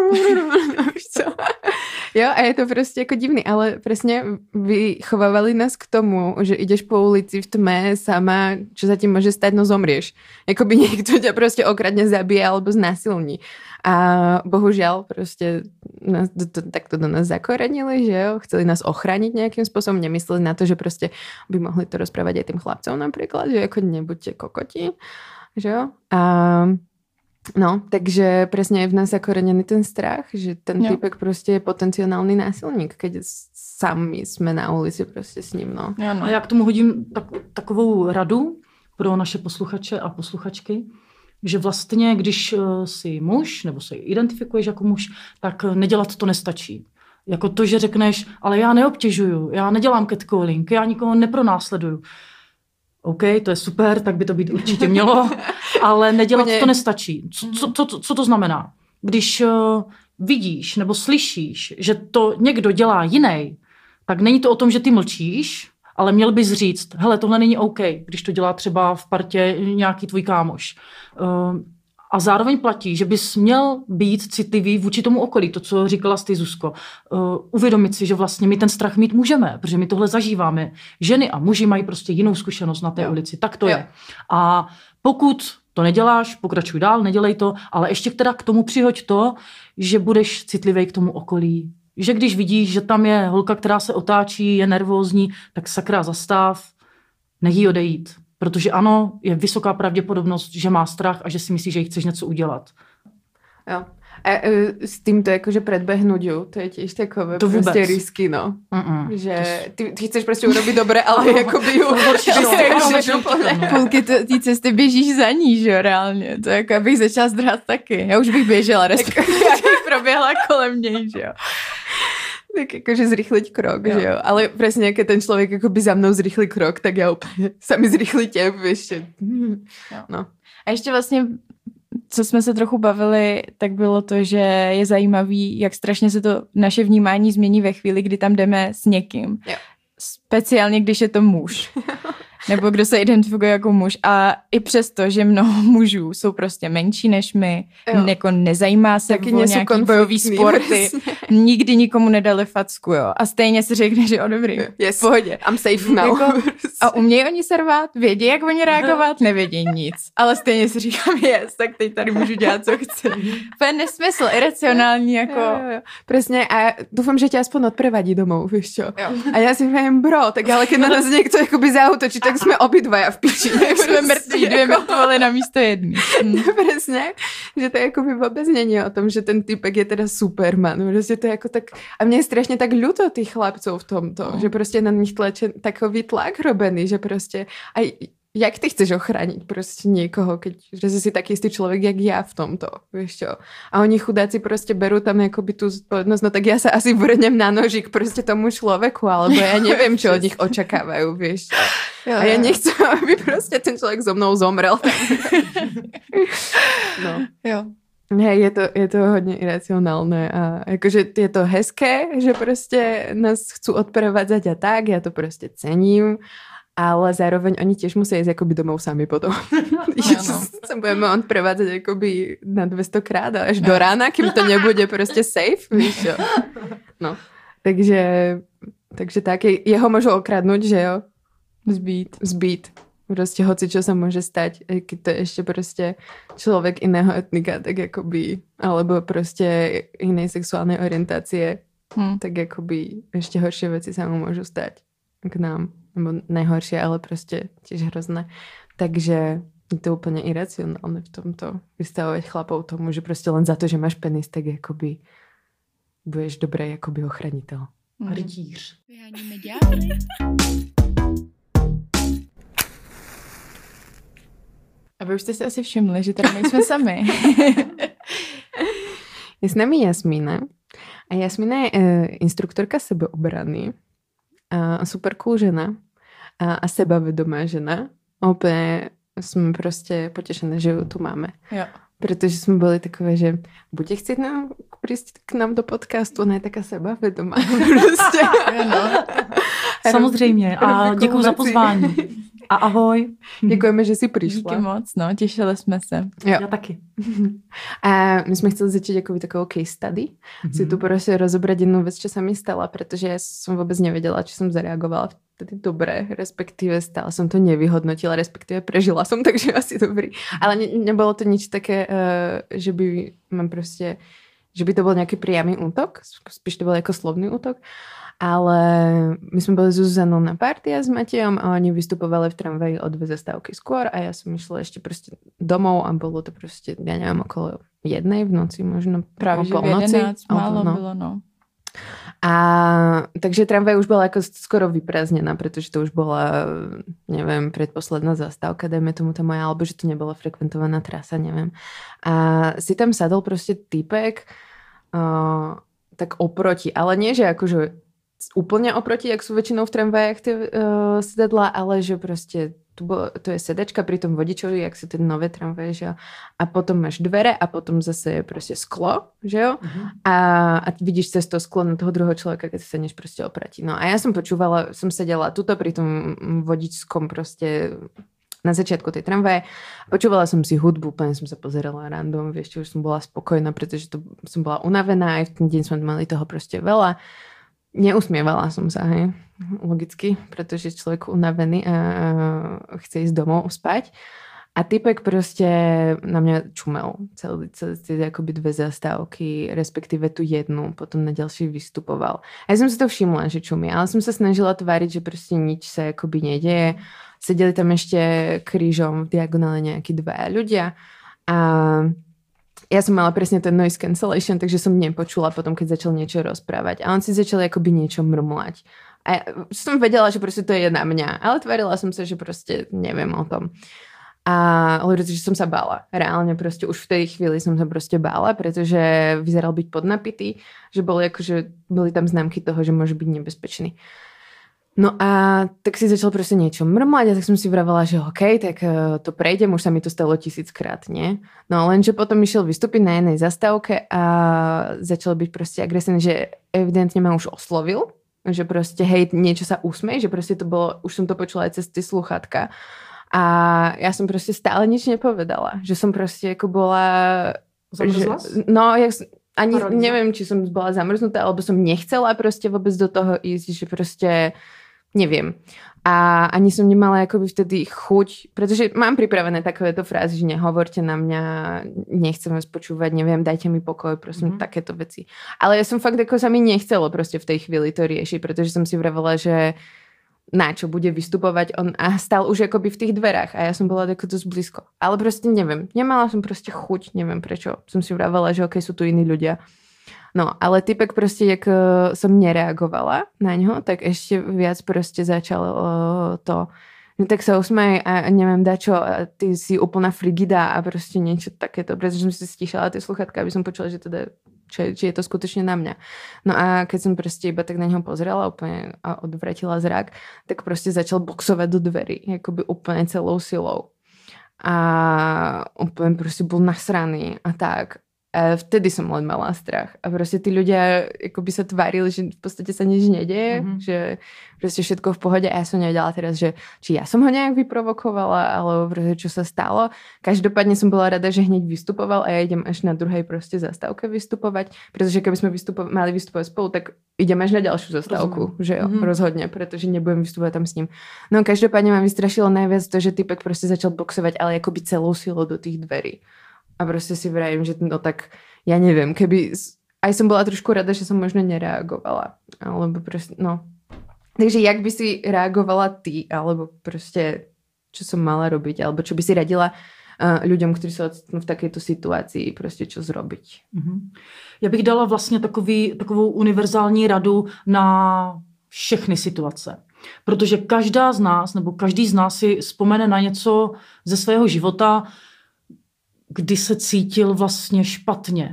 [SPEAKER 1] jo, a je to prostě jako divný, ale presne vychovávali nás k tomu, že ideš po ulici v tme sama, čo sa ti môže stať, no zomrieš. Jakoby niekto ťa prostě okradne zabije alebo znásilní. A bohužiaľ prostě nás takto do nás zakorenili, že jo, chceli nás ochrániť nejakým spôsobom, nemysleli na to, že prostě by mohli to rozprávať aj tým chlapcom napríklad, že ako nebuďte kokoti, že jo. A no, takže presne je v nás zakorenený ten strach, že ten typek prostě je potenciálny násilník, keď sami jsme na ulici prostě s ním, no.
[SPEAKER 2] A já k tomu hodím takovou radu pro naše posluchače a posluchačky, že vlastně, když jsi muž, nebo se identifikuješ jako muž, tak nedělat to nestačí. Jako to, že řekneš, ale já neobtěžuju, já nedělám catcalling, já nikoho nepronásleduju. OK, to je super, tak by to být určitě mělo, ale nedělat to nestačí. Co to znamená? Když vidíš nebo slyšíš, že to někdo dělá jiný, tak není to o tom, že ty mlčíš, ale měl bys říct, hele, tohle není OK, když to dělá třeba v partě nějaký tvůj kámoš. A zároveň platí, že bys měl být citlivý vůči tomu okolí, to, co říkala ty, Zuzko. Uvědomit si, že vlastně my ten strach mít můžeme, protože my tohle zažíváme. Ženy a muži mají prostě jinou zkušenost na té ulici, tak to je. A pokud to neděláš, pokračuj dál, nedělej to, ale ještě teda k tomu přihoď to, že budeš citlivý k tomu okolí. Že když vidíš, že tam je holka, která se otáčí, je nervózní, tak sakra zastav, nech jí odejít. Protože ano, je vysoká pravděpodobnost, že má strach a že si myslí, že jí chceš něco udělat.
[SPEAKER 1] Jo. A s týmto jakože predbehnúť ju, to je tiež takové
[SPEAKER 2] to
[SPEAKER 1] prostě risky, no. Že ty chceš prostě urobit dobré, ale jakoby ju
[SPEAKER 3] půlky té cesty běžíš za ní, že jo, reálně. To jako abych začala zdrhat taky. Já už bych běžela, respektive bych proběhla kolem něj, že jo.
[SPEAKER 1] Tak jakože zrychliť krok, že jo. Ale presne, keď ten človek akoby za mnou zrychlí krok, tak ja úplne sami zrychlíte, ešte. No.
[SPEAKER 3] A ještě vlastně, co jsme se trochu bavili, tak bylo to, že je zajímavý, jak strašně se to naše vnímání změní ve chvíli, kdy tam jdeme s někým.
[SPEAKER 1] Jo.
[SPEAKER 3] Speciálně, když je to muž. Nebo kdo se identifikuje jako muž. A i přesto, že mnoho mužů jsou prostě menší než my, jako nezajímá se o nějaký bojový sporty, nikdy nikomu nedali facku, jo. A stejně si řekne, že dobrý,
[SPEAKER 1] yes,
[SPEAKER 3] v pohodě.
[SPEAKER 1] I'm safe now.
[SPEAKER 3] Jako, a umějí oni se rvát? Vědí, jak oni reagovat? Nevědí nic. Ale stejně si říkám, tak teď tady můžu dělat, co chci. To je nesmysl, iracionální, jako.
[SPEAKER 1] Jo. Presne, a dúfam, že ťa aspoň odprevadí domov, víš čo. Jo. A ja si viem, bro, tak ale keď na nás niekto akoby zautočí, tak jsme obidvaja v piči.
[SPEAKER 3] Jsme mrtví, 2 mrtvoly na místo 1.
[SPEAKER 1] Presne, že to jakoby vůbec není o tom, že ten typek je teda Superman. Prostě to je jako tak, a mně je strašně tak ľúto tých chlapcov v tomto, že prostě na nich tlačí takový tlak robený, že prostě aj jak ty chceš ochránit prostě někoho, že jsi tak jistý člověk, jak já v tomto, víš čo. A oni chudáci prostě berú tam jakoby tu zodpovednosť, no tak já se asi vrnem na nožík prostě tomu člověku, alebo já nevím, čo od nich očakávají, víš čo. A já nechci, aby prostě ten člověk so mnou zomrel. No.
[SPEAKER 3] Jo.
[SPEAKER 1] Hej, je to hodně iracionálne a jakože je to hezké, že prostě nás chcú odprevádzať a tak, já to prostě cením, ale zároveň oni tiež musí ísť akoby domov sami potom. Sa budeme odprevádzať akoby na 200 krát až do rána, kým to nebude prostě safe, víš čo. No, takže tak, jeho môžu okradnúť, že jo? Zbít. Prostě hoci, čo sa môže stať, keď to je ešte prostě človek iného etnika, tak akoby, alebo prostě inej sexuálnej orientácie, tak akoby ešte horšie veci sa mu môžu stať k nám. Nebo nejhoršie, ale prostě tiež hrozné. Takže je to úplně iracionálne v tomto vystavovať chlapov tomu, že prostě len za to, že máš penis, tak jakoby budeš dobrý jakoby ochranitel.
[SPEAKER 2] Rytíř.
[SPEAKER 4] Vyháníme ďábly.
[SPEAKER 3] A vy už jste si asi všimli, že tady nejsme sami.
[SPEAKER 1] Je s námi Jasmína. A Jasmína je instruktorka sebeobrany. A super cool žena. A sebavedomá žena. A úplně jsme prostě potěšené, že ju tu máme.
[SPEAKER 3] Jo.
[SPEAKER 1] Protože jsme byli takové, že budete chcít přijít k nám do podcastu, ona je taká sebavedomá. Prostě.
[SPEAKER 2] Samozřejmě. A děkuji za pozvání. A ahoj.
[SPEAKER 1] Děkujeme, že jsi přišla.
[SPEAKER 3] Díky moc, no, těšili jsme se.
[SPEAKER 1] Jo.
[SPEAKER 2] Já taky.
[SPEAKER 1] A my jsme chceli začít jako takovou case study. Si tu prostě rozobrať jednu věc, čo sa mi stala, protože ja som vôbec nevedela, či som zareagovala vtedy dobre, respektíve stále som to nevyhodnotila, respektíve prežila som, takže asi dobrý. Ale nebolo to nič také, že by mám prostě, že by to bol nejaký priamy útok, spíš to bol jako slovný útok. Ale my sme boli s Zuzanou na party a s Matejom a oni vystupovali v tramvaji o 2 zastávky skôr a ja som išla ešte prostě domov a bolo to prostě, ja neviem, okolo 1 v noci, možno
[SPEAKER 3] Právě, že v 11 málo bylo, no.
[SPEAKER 1] A takže tramvaj už bola jako skoro vyprázdnená, protože to už bola, neviem, predposledná zastávka, dajme tomu ta moja, alebo že to nebola frekventovaná trasa, neviem. A si tam sadol prostě týpek tak oproti, ale nie, že akože úplne oproti, jak sú väčšinou v tramvajách tie sedadla, ale že proste to je sedačka pri tom vodičovi, jak sú tie nové tramvaje, že jo? A potom máš dvere a potom zase je proste sklo, že jo? A vidíš cez to sklo na toho druhého človeka, keď sa sedneš proste oproti. No a ja som počúvala, som sedela tuto pri tom vodičskom proste na začiatku tej tramvaje. Počúvala som si hudbu, úplne som sa pozerala random, vieš, čo už som bola spokojná, pretože som bola unavená, aj v ten deň sme mali toho proste veľa. Neusmievala som sa, hej, logicky, pretože človek unavený a chce ísť domov spať. A typek prostě na mě čumel celé akoby 2 zastávky, respektíve tu jednu, potom na ďalší vystupoval. A ja som si to všimla, že čumí, ale som sa snažila tváriť, že prostě nič sa akoby nedeje. Sedeli tam ešte krížom v diagonále nejakí 2 ľudia a ja som mala presne ten noise cancellation, takže som nepočula potom, keď začal niečo rozprávať. A on si začal akoby niečo mrmlať. A ja som vedela, že prostě to je na mňa, ale tvárila som sa, že prostě neviem o tom. A že som sa bála. Reálne prostě už v tej chvíli som sa prostě bála, pretože vyzeral byť podnapitý, že boli tam známky toho, že môže byť nebezpečný. No a tak si začal prostě niečo mrmlať a tak som si vravela, že OK, tak to prejdem, už sa mi to stalo 1000krát, nie? No lenže potom išiel vystúpiť na jednej zastávke a začal byť prostě agresívny, že evidentne ma už oslovil, že prostě hej, niečo sa usmej, že prostě to bolo, už som to počula aj cez ty sluchatka. A ja som prostě stále nič nepovedala, že som prostě jako bola...
[SPEAKER 2] Zamrzla?
[SPEAKER 1] No, ani neviem, či som bola zamrznutá, alebo som nechcela prostě vôbec do toho ísť, že prostě neviem. A ani som nemala akoby vtedy chuť, pretože mám pripravené takovéto frázy, že nehovorte na mňa, nechcem vás počúvať, neviem, dajte mi pokoj, prosím, takéto veci. Ale ja som fakt, ako sa mi nechcelo prostě v tej chvíli to riešiť, pretože som si vravela, že na čo bude vystupovať on a stál už akoby v tých dverách a ja som bola tako dosť blízko. Ale prostě neviem, nemala som prostě chuť, neviem prečo. Som si vravela, že okej, sú tu iní ľudia. No, ale typek prostě, jak som nereagovala na ňo, tak ešte viac prostě začal to, no tak sa usmej a neviem dačo a ty si úplná frigida a prostě niečo takéto, pretože som si stíšala tie sluchatka, aby som počula, že teda či je to skutočne na mňa. No a keď som prostě iba tak na něho pozerala úplně a odvratila zrak, tak prostě začal boxovať do dverí, jakoby úplně celou silou. A úplně prostě bol nasraný a tak. A vtedy som len mala strach. A prostě ty ľudia akoby sa tvárili, že v podstate sa nič nedeje, že prostě všetko v pohode. A ja som nevedela teraz, že či ja som ho nejak vyprovokovala, alebo prostě čo sa stalo. Každopádne som bola rada, že hneď vystupoval a ja idem až na druhej prostě zastávke vystupovať, pretože keby sme mali vystupovať spolu, tak idem až na ďalšiu zastávku, že jo, rozhodne, pretože nebudem vystupovať tam s ním. No každopádne ma vystrašilo najviac to, že typek prostě začal boxovať, ale akoby celou silou do tých dverí. A prostě si vravím, že no tak, ja neviem, keby... Aj som bola trošku rada, že som možno nereagovala. Alebo prostě, no. Takže jak by si reagovala ty, alebo prostě, čo som mala robiť, alebo čo by si radila ľuďom, ktorí sa ocitnú v takejto situácii, prostě čo zrobiť?
[SPEAKER 2] Já bych dala vlastně takovou univerzální radu na všechny situace. Protože každá z nás, nebo každý z nás si vzpomene na něco ze svého života, kdy se cítil vlastně špatně.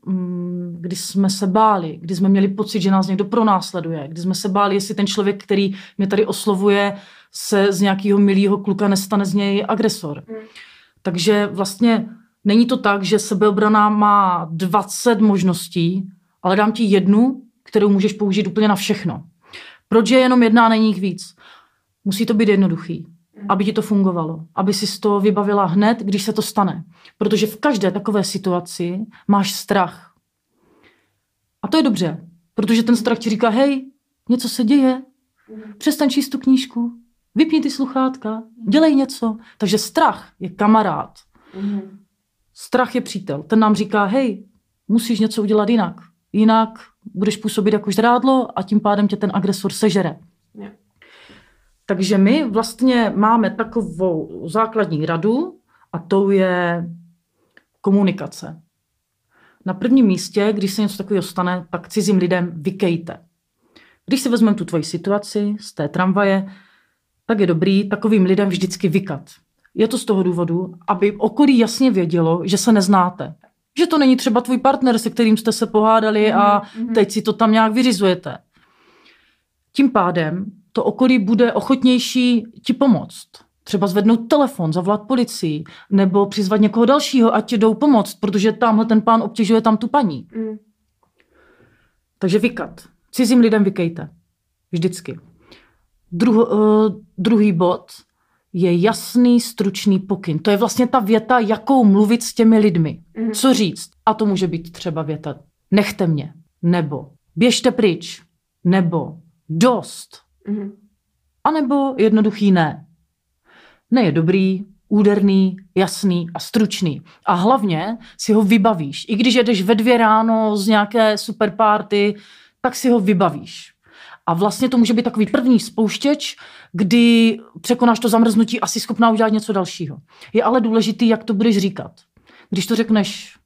[SPEAKER 2] kdy jsme se báli, kdy jsme měli pocit, že nás někdo pronásleduje, kdy jsme se báli, jestli ten člověk, který mě tady oslovuje, se z nějakého milého kluka nestane z něj agresor. Takže vlastně není to tak, že sebeobrana má 20 možností, ale dám ti jednu, kterou můžeš použít úplně na všechno. Proč je jenom jedna a není jich víc? Musí to být jednoduchý, aby ti to fungovalo, aby si to vybavila hned, když se to stane. Protože v každé takové situaci máš strach. A to je dobře, protože ten strach ti říká, hej, něco se děje, přestaň číst tu knížku, vypni ty sluchátka, dělej něco. Takže strach je kamarád. Strach je přítel. Ten nám říká, hej, musíš něco udělat jinak. Jinak budeš působit jako žrádlo a tím pádem tě ten agresor sežere. Takže my vlastně máme takovou základní radu a to je komunikace. Na prvním místě, když se něco takového stane, tak cizím lidem vykejte. Když si vezmeme tu tvoji situaci z té tramvaje, tak je dobrý takovým lidem vždycky vykat. Je to z toho důvodu, aby okolí jasně vědělo, že se neznáte. Že to není třeba tvůj partner, se kterým jste se pohádali a teď si to tam nějak vyřizujete. Tím pádem to okolí bude ochotnější ti pomoct. Třeba zvednout telefon, zavolat policii, nebo přizvat někoho dalšího, ať ti jdou pomoct, protože tamhle ten pán obtěžuje tam tu paní. Takže vykat. Cizím lidem vykejte. Vždycky. Druhý bod je jasný, stručný pokyn. To je vlastně ta věta, jakou mluvit s těmi lidmi. Co říct. A to může být třeba věta nechte mě, nebo běžte pryč, nebo dost. A nebo jednoduchý ne. Ne je dobrý, úderný, jasný a stručný. A hlavně si ho vybavíš. I když jedeš ve 2 ráno z nějaké super party, tak si ho vybavíš. A vlastně to může být takový první spouštěč, kdy překonáš to zamrznutí a jsi schopná udělat něco dalšího. Je ale důležitý, jak to budeš říkat. Když to řekneš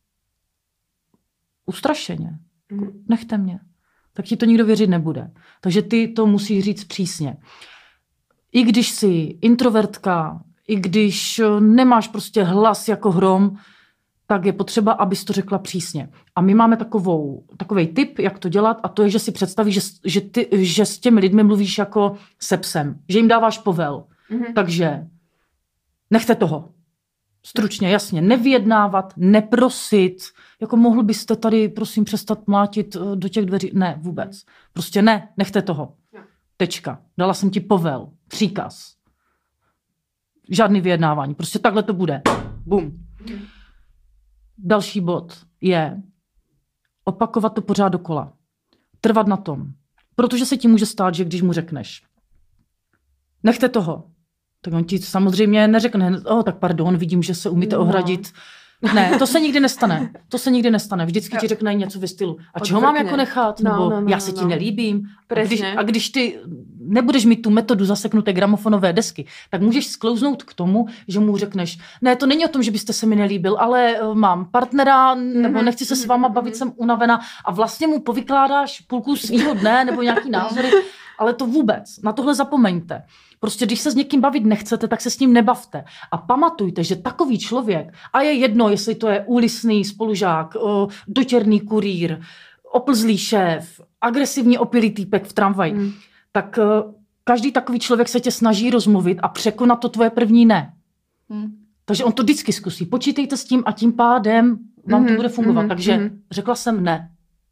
[SPEAKER 2] ustrašeně, nechte mě, tak ti to nikdo věřit nebude. Takže ty to musíš říct přísně. I když jsi introvertka, i když nemáš prostě hlas jako hrom, tak je potřeba, abys to řekla přísně. A my máme takovej tip, jak to dělat, a to je, že si představíš, že s těmi lidmi mluvíš jako se psem, že jim dáváš povel. Takže nechte toho. Stručně, jasně, nevyjednávat, neprosit, jako mohl byste tady, prosím, přestat mlátit do těch dveří. Ne, vůbec. Prostě ne, nechte toho. Tečka. Dala jsem ti povel, příkaz. Žádný vyjednávání. Prostě takhle to bude. Bum. Další bod je opakovat to pořád dokola. Trvat na tom. Protože se ti může stát, že když mu řekneš nechte toho, tak on ti samozřejmě neřekne, tak pardon, vidím, že se umíte ohradit. Ne, to se nikdy nestane. To se nikdy nestane. Vždycky ti řekne něco ve stylu. A čeho mám jako nechat? Nebo já se ti nelíbím. A když ty nebudeš mít tu metodu zaseknuté gramofonové desky, tak můžeš sklouznout k tomu, že mu řekneš, ne, to není o tom, že byste se mi nelíbil, ale mám partnera, nebo nechci se s váma bavit, jsem unavená. A vlastně mu povykládáš půlku svýho dne, nebo nějaký názory, ale to vůbec. Na tohle zapomeňte. Prostě když se s někým bavit nechcete, tak se s ním nebavte. A pamatujte, že takový člověk, a je jedno, jestli to je úlisný spolužák, dotěrný kurýr, oplzlý šéf, agresivní opilý týpek v tramvaji, tak každý takový člověk se tě snaží rozmluvit a překonat to tvoje první ne. Takže on to vždycky zkusí. Počítejte s tím a tím pádem vám to bude fungovat. Takže řekla jsem ne.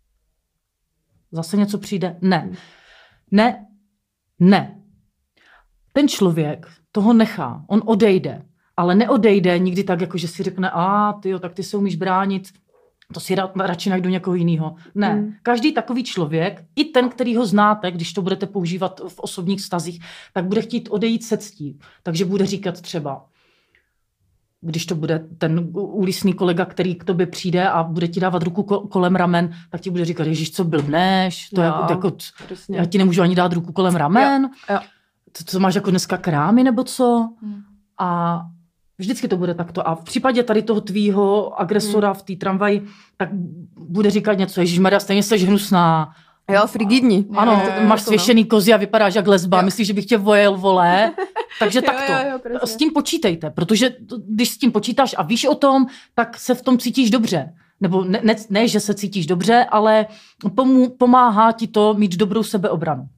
[SPEAKER 2] Zase něco přijde? Ne. Ne. Ne. Ten člověk toho nechá, on odejde, ale neodejde nikdy tak, jako že si řekne, tak ty se umíš bránit, to si radši najdu někoho jiného. Ne, každý takový člověk, i ten, který ho znáte, když to budete používat v osobních vztazích, tak bude chtít odejít se ctí. Takže bude říkat třeba, když to bude ten úlisný kolega, který k tobě přijde a bude ti dávat ruku kolem ramen, tak ti bude říkat, ježiš, co blbneš, to já ti nemůžu ani dát ruku kolem ramen. Jo. Co máš jako dneska krámy nebo co? A vždycky to bude takto. A v případě tady toho tvýho agresora v té tramvaji, tak bude říkat něco, ježišmarja, stejně jsi hnusná.
[SPEAKER 1] Jo, frigidní.
[SPEAKER 2] Ano, máš svěšený kozy a vypadáš jak lesba, myslíš, že bych tě vojel, vole. Takže takto. Jo, s tím počítejte, protože když s tím počítáš a víš o tom, tak se v tom cítíš dobře. Nebo ne, že se cítíš dobře, ale pomáhá ti to mít dobrou sebeobranu.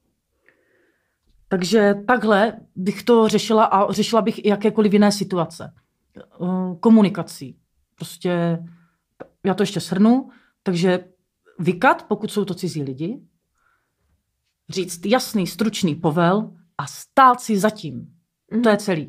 [SPEAKER 2] Takže takhle bych to řešila a řešila bych i jakékoliv jiné situace. Komunikací. Prostě, já to ještě shrnu, takže vykat, pokud jsou to cizí lidi, říct jasný, stručný povel a stát si za tím. To je celý.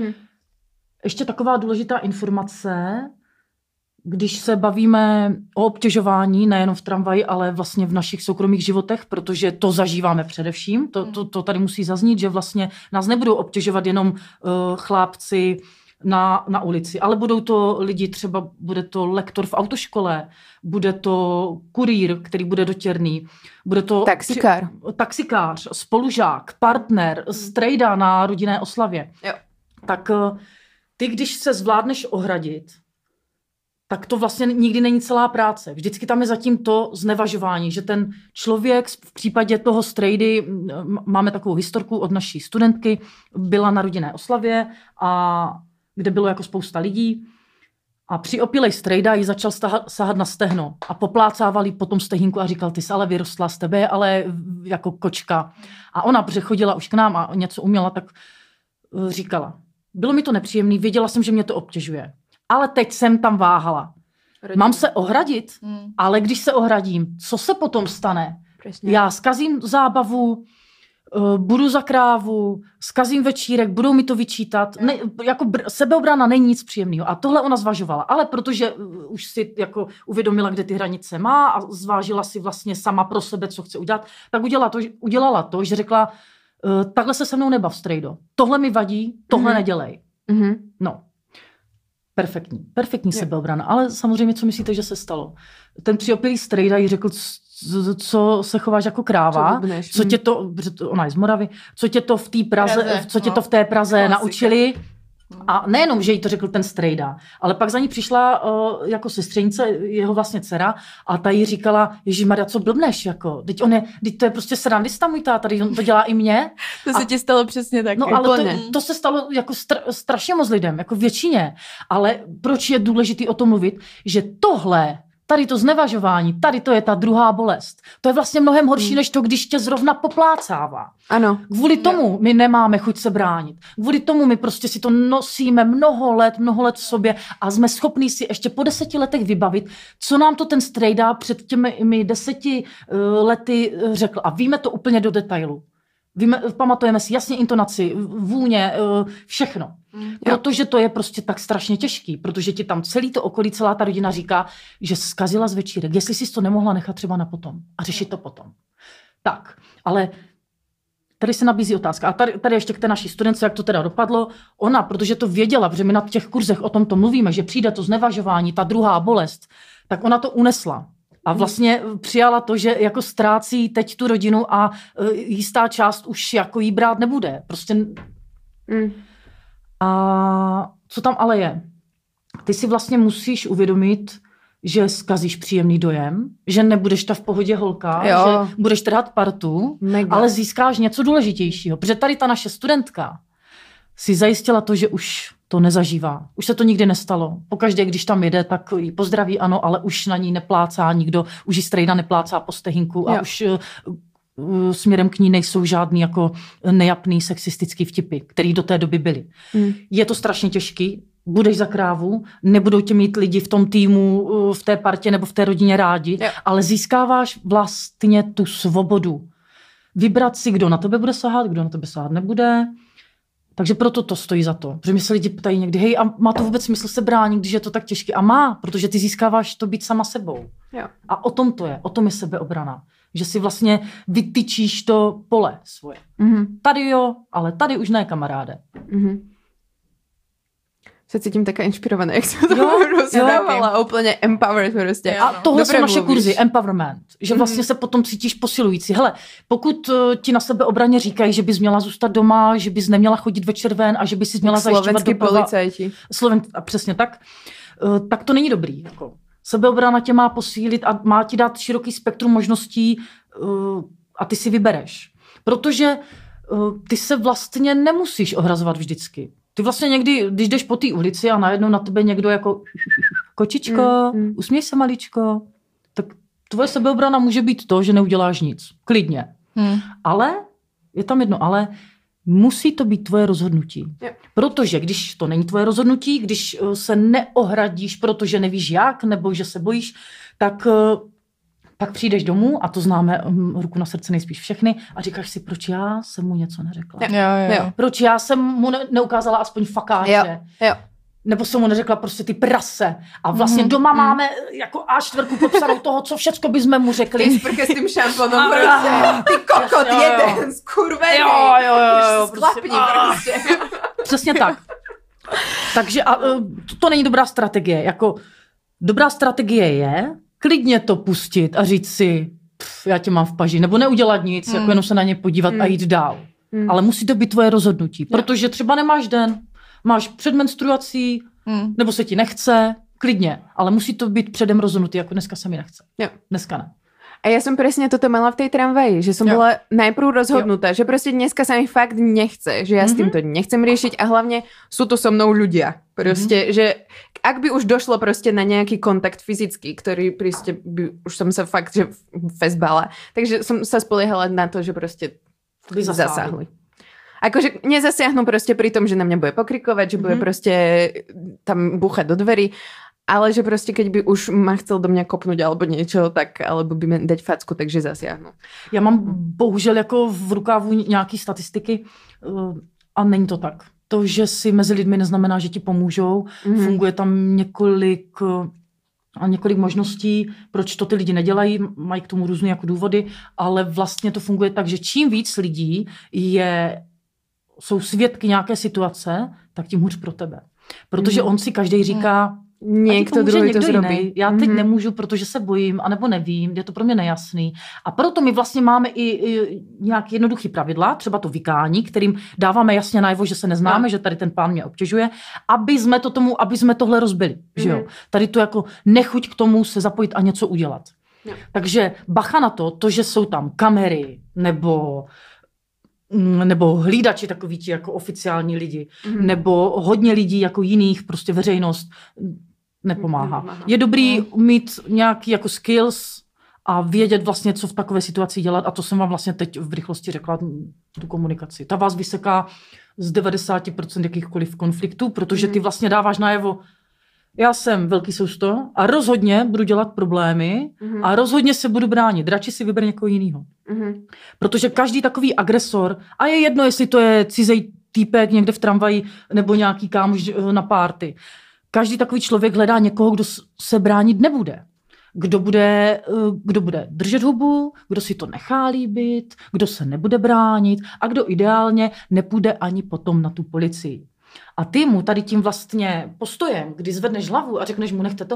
[SPEAKER 2] Ještě taková důležitá informace, když se bavíme o obtěžování, nejenom v tramvaji, ale vlastně v našich soukromých životech, protože to zažíváme především, to tady musí zaznít, že vlastně nás nebudou obtěžovat jenom chlápci na ulici, ale budou to lidi, třeba bude to lektor v autoškole, bude to kurýr, který bude dotěrný, bude to taxikář, spolužák, partner, strejda na rodinné oslavě.
[SPEAKER 1] Jo.
[SPEAKER 2] Tak ty, když se zvládneš ohradit, tak to vlastně nikdy není celá práce. Vždycky tam je zatím to znevažování, že ten člověk v případě toho strejdy, máme takovou historku od naší studentky, byla na rodinné oslavě, a kde bylo jako spousta lidí, a při opilej strejda jí začal sahat na stehno a poplácával jí po tom stehínku a říkal, ty jsi ale vyrostla z tebe, ale jako kočka. A ona, protože chodila už k nám a něco uměla, tak říkala, bylo mi to nepříjemný, věděla jsem, že mě to obtěžuje. Ale teď jsem tam váhala. Mám se ohradit, ale když se ohradím, co se potom stane?
[SPEAKER 1] Přesně.
[SPEAKER 2] Já zkazím zábavu, budu za krávu, zkazím večírek, budou mi to vyčítat. Ne, jako sebeobrana není nic příjemného. A tohle ona zvažovala. Ale protože už si jako uvědomila, kde ty hranice má a zvážila si vlastně sama pro sebe, co chce udělat, tak udělala to, že řekla, takhle se mnou nebav, strejdo. Tohle mi vadí, tohle nedělej. No. Perfektní sebeobrana. Ale samozřejmě, co myslíte, že se stalo? Ten přiopilý strejda jí řekl, co se chováš jako kráva, co tě to, ona je z Moravy, co tě to v té Praze, v té Praze naučili. A nejenom, že jí to řekl ten strejda, ale pak za ní přišla jako sestřenice, jeho vlastně dcera, a ta jí říkala, Ježišmarja, co blbneš, jako, teď to je prostě srandista můj táta, on to dělá i mě.
[SPEAKER 3] To se ti stalo přesně tak.
[SPEAKER 2] No ale to se stalo jako strašně moc lidem, jako většině. Ale proč je důležité o tom mluvit, že tohle, tady to znevažování, tady to je ta druhá bolest. To je vlastně mnohem horší, než to, když tě zrovna poplácává.
[SPEAKER 1] Ano.
[SPEAKER 2] Kvůli tomu my nemáme chuť se bránit. Kvůli tomu my prostě si to nosíme mnoho let v sobě a jsme schopní si ještě po 10 letech vybavit, co nám to ten strejda před těmi 10 lety řekl. A víme to úplně do detailu. Pamatujeme si jasně intonaci, vůně, všechno. Protože to je prostě tak strašně těžký, protože ti tam celý to okolí, celá ta rodina říká, že zkazila z večírek, jestli jsi to nemohla nechat třeba na potom a řešit to potom. Tak, ale tady se nabízí otázka. A tady ještě k té naší studence, jak to teda dopadlo. Ona, protože to věděla, protože my na těch kurzech o tomto mluvíme, že přijde to znevažování, ta druhá bolest, tak ona to unesla. A vlastně přijala to, že jako ztrácí teď tu rodinu a jistá část už jako jí brát nebude. Prostě. A co tam ale je? Ty si vlastně musíš uvědomit, že zkazíš příjemný dojem, že nebudeš ta v pohodě holka, že budeš trhat partu, ale získáš něco důležitějšího. Protože tady ta naše studentka si zajistila to, že už to nezažívá. Už se to nikdy nestalo. Pokaždé, když tam jede, tak ji pozdraví, ano, ale už na ní neplácá nikdo, už ji strejda neplácá po stehínku a už směrem k ní nejsou žádný jako nejapný sexistický vtipy, který do té doby byly. Je to strašně těžký, budeš za krávu, nebudou tě mít lidi v tom týmu, v té partě nebo v té rodině rádi, ale získáváš vlastně tu svobodu. Vybrat si, kdo na tebe bude sahat, kdo na tebe sahat nebude. Takže proto to stojí za to. Protože mi se lidi ptají někdy, hej, a má to vůbec smysl se bránit, když je to tak těžké? A má, protože ty získáváš to být sama sebou.
[SPEAKER 1] Jo.
[SPEAKER 2] A o tom to je, o tom je sebeobrana. Že si vlastně vytyčíš to pole svoje. Tady jo, ale tady už ne, kamaráde.
[SPEAKER 1] Se cítím taká inspirovaná, jak se to rozdávala, úplně empowered prostě.
[SPEAKER 2] A tohle jsou naše kurzy, empowerment, že vlastně se potom cítíš posilující. Hele, pokud ti na sebe obraně říkají, že bys měla zůstat doma, že bys neměla chodit večer ven a že bys si měla zajišťovat doprava.
[SPEAKER 1] Policajti.
[SPEAKER 2] A přesně tak. Tak to není dobrý. Jako. Sebeobrana tě má posílit a má ti dát široký spektrum možností a ty si vybereš. Protože ty se vlastně nemusíš ohrazovat vždycky. Ty vlastně někdy, když jdeš po té ulici a najednou na tebe někdo jako kočičko, usměj se maličko, tak tvoje sebeobrana může být to, že neuděláš nic. Klidně. Ale, je tam jedno ale, musí to být tvoje rozhodnutí. Protože když to není tvoje rozhodnutí, když se neohradíš, protože nevíš jak, nebo že se bojíš, tak pak přijdeš domů, a to známe ruku na srdce nejspíš všechny, a říkáš si, proč já jsem mu něco neřekla.
[SPEAKER 3] Jo.
[SPEAKER 2] Proč já jsem mu neukázala aspoň fakáče.
[SPEAKER 1] Jo.
[SPEAKER 2] Nebo jsem mu neřekla prostě ty prase. A vlastně doma máme jako A4 popsanou toho, co všecko bychom mu řekli.
[SPEAKER 1] Ty sprche s tím šamponem prostě. Ty kokot jeden, skurvený.
[SPEAKER 2] Jo.
[SPEAKER 1] Sklapni prostě.
[SPEAKER 2] Přesně tak. Takže to není dobrá strategie. Jako dobrá strategie je klidně to pustit a říct si, já tě mám v paži, nebo neudělat nic, jako jenom se na ně podívat a jít dál. Ale musí to být tvoje rozhodnutí, protože třeba nemáš den, máš před menstruací, nebo se ti nechce, klidně, ale musí to být předem rozhodnutý, jako dneska se mi nechce.
[SPEAKER 1] Jo.
[SPEAKER 2] Dneska ne.
[SPEAKER 1] A ja som presne toto mala v tej tramvaji, že som bola najprv rozhodnutá, že proste dneska sa mi fakt nechce, že ja s týmto nechcem riešiť a hlavne sú to so mnou ľudia. Proste, že ak by už došlo proste na nejaký kontakt fyzický, ktorý proste by, už som sa fakt že fest bala, takže som sa spoliehala na to, že proste by zasáhli. Akože nezasiahnu proste pri tom, že na mňa bude pokrikovať, že bude proste tam búchať do dverí, ale že prostě, keď by už ma chcel do mě kopnout alebo niečo, tak alebo by mi dať facku, takže zasiahnu.
[SPEAKER 2] Já mám bohužel jako v rukávu nějaký statistiky a není to tak. To, že si mezi lidmi neznamená, že ti pomůžou. Funguje tam několik možností, proč to ty lidi nedělají, mají k tomu různé jako důvody, ale vlastně to funguje tak, že čím víc lidí jsou svědky nějaké situace, tak tím hůř pro tebe. Protože on si každý říká,
[SPEAKER 1] někdo druhý to zrobí.
[SPEAKER 2] Já teď nemůžu, protože se bojím, anebo nevím, je to pro mě nejasný. A proto my vlastně máme i nějaké jednoduché pravidla, třeba to vykání, kterým dáváme jasně najevo, že se neznáme, že tady ten pán mě obtěžuje, aby jsme tohle rozbili. Že jo? Tady to jako nechuť k tomu se zapojit a něco udělat. Takže bacha na to, že jsou tam kamery nebo hlídači takoví ti jako oficiální lidi, nebo hodně lidí jako jiných, prostě veřejnost nepomáhá. Je dobrý mít nějaký jako skills a vědět vlastně, co v takové situaci dělat, a to jsem vám vlastně teď v rychlosti řekla, tu komunikaci. Ta vás vyseká z 90% jakýchkoliv konfliktů, protože ty vlastně dáváš najevo, já jsem velký sousto a rozhodně budu dělat problémy a rozhodně se budu bránit. Radši si vyber někoho jiného. Protože každý takový agresor, a je jedno, jestli to je cizej týpek někde v tramvaji nebo nějaký kámoš na párty, každý takový člověk hledá někoho, kdo se bránit nebude. Kdo bude držet hubu, kdo si to nechá líbit, kdo se nebude bránit a kdo ideálně nepůjde ani potom na tu policii. A ty mu tady tím vlastně postojem, kdy zvedneš hlavu a řekneš mu nechte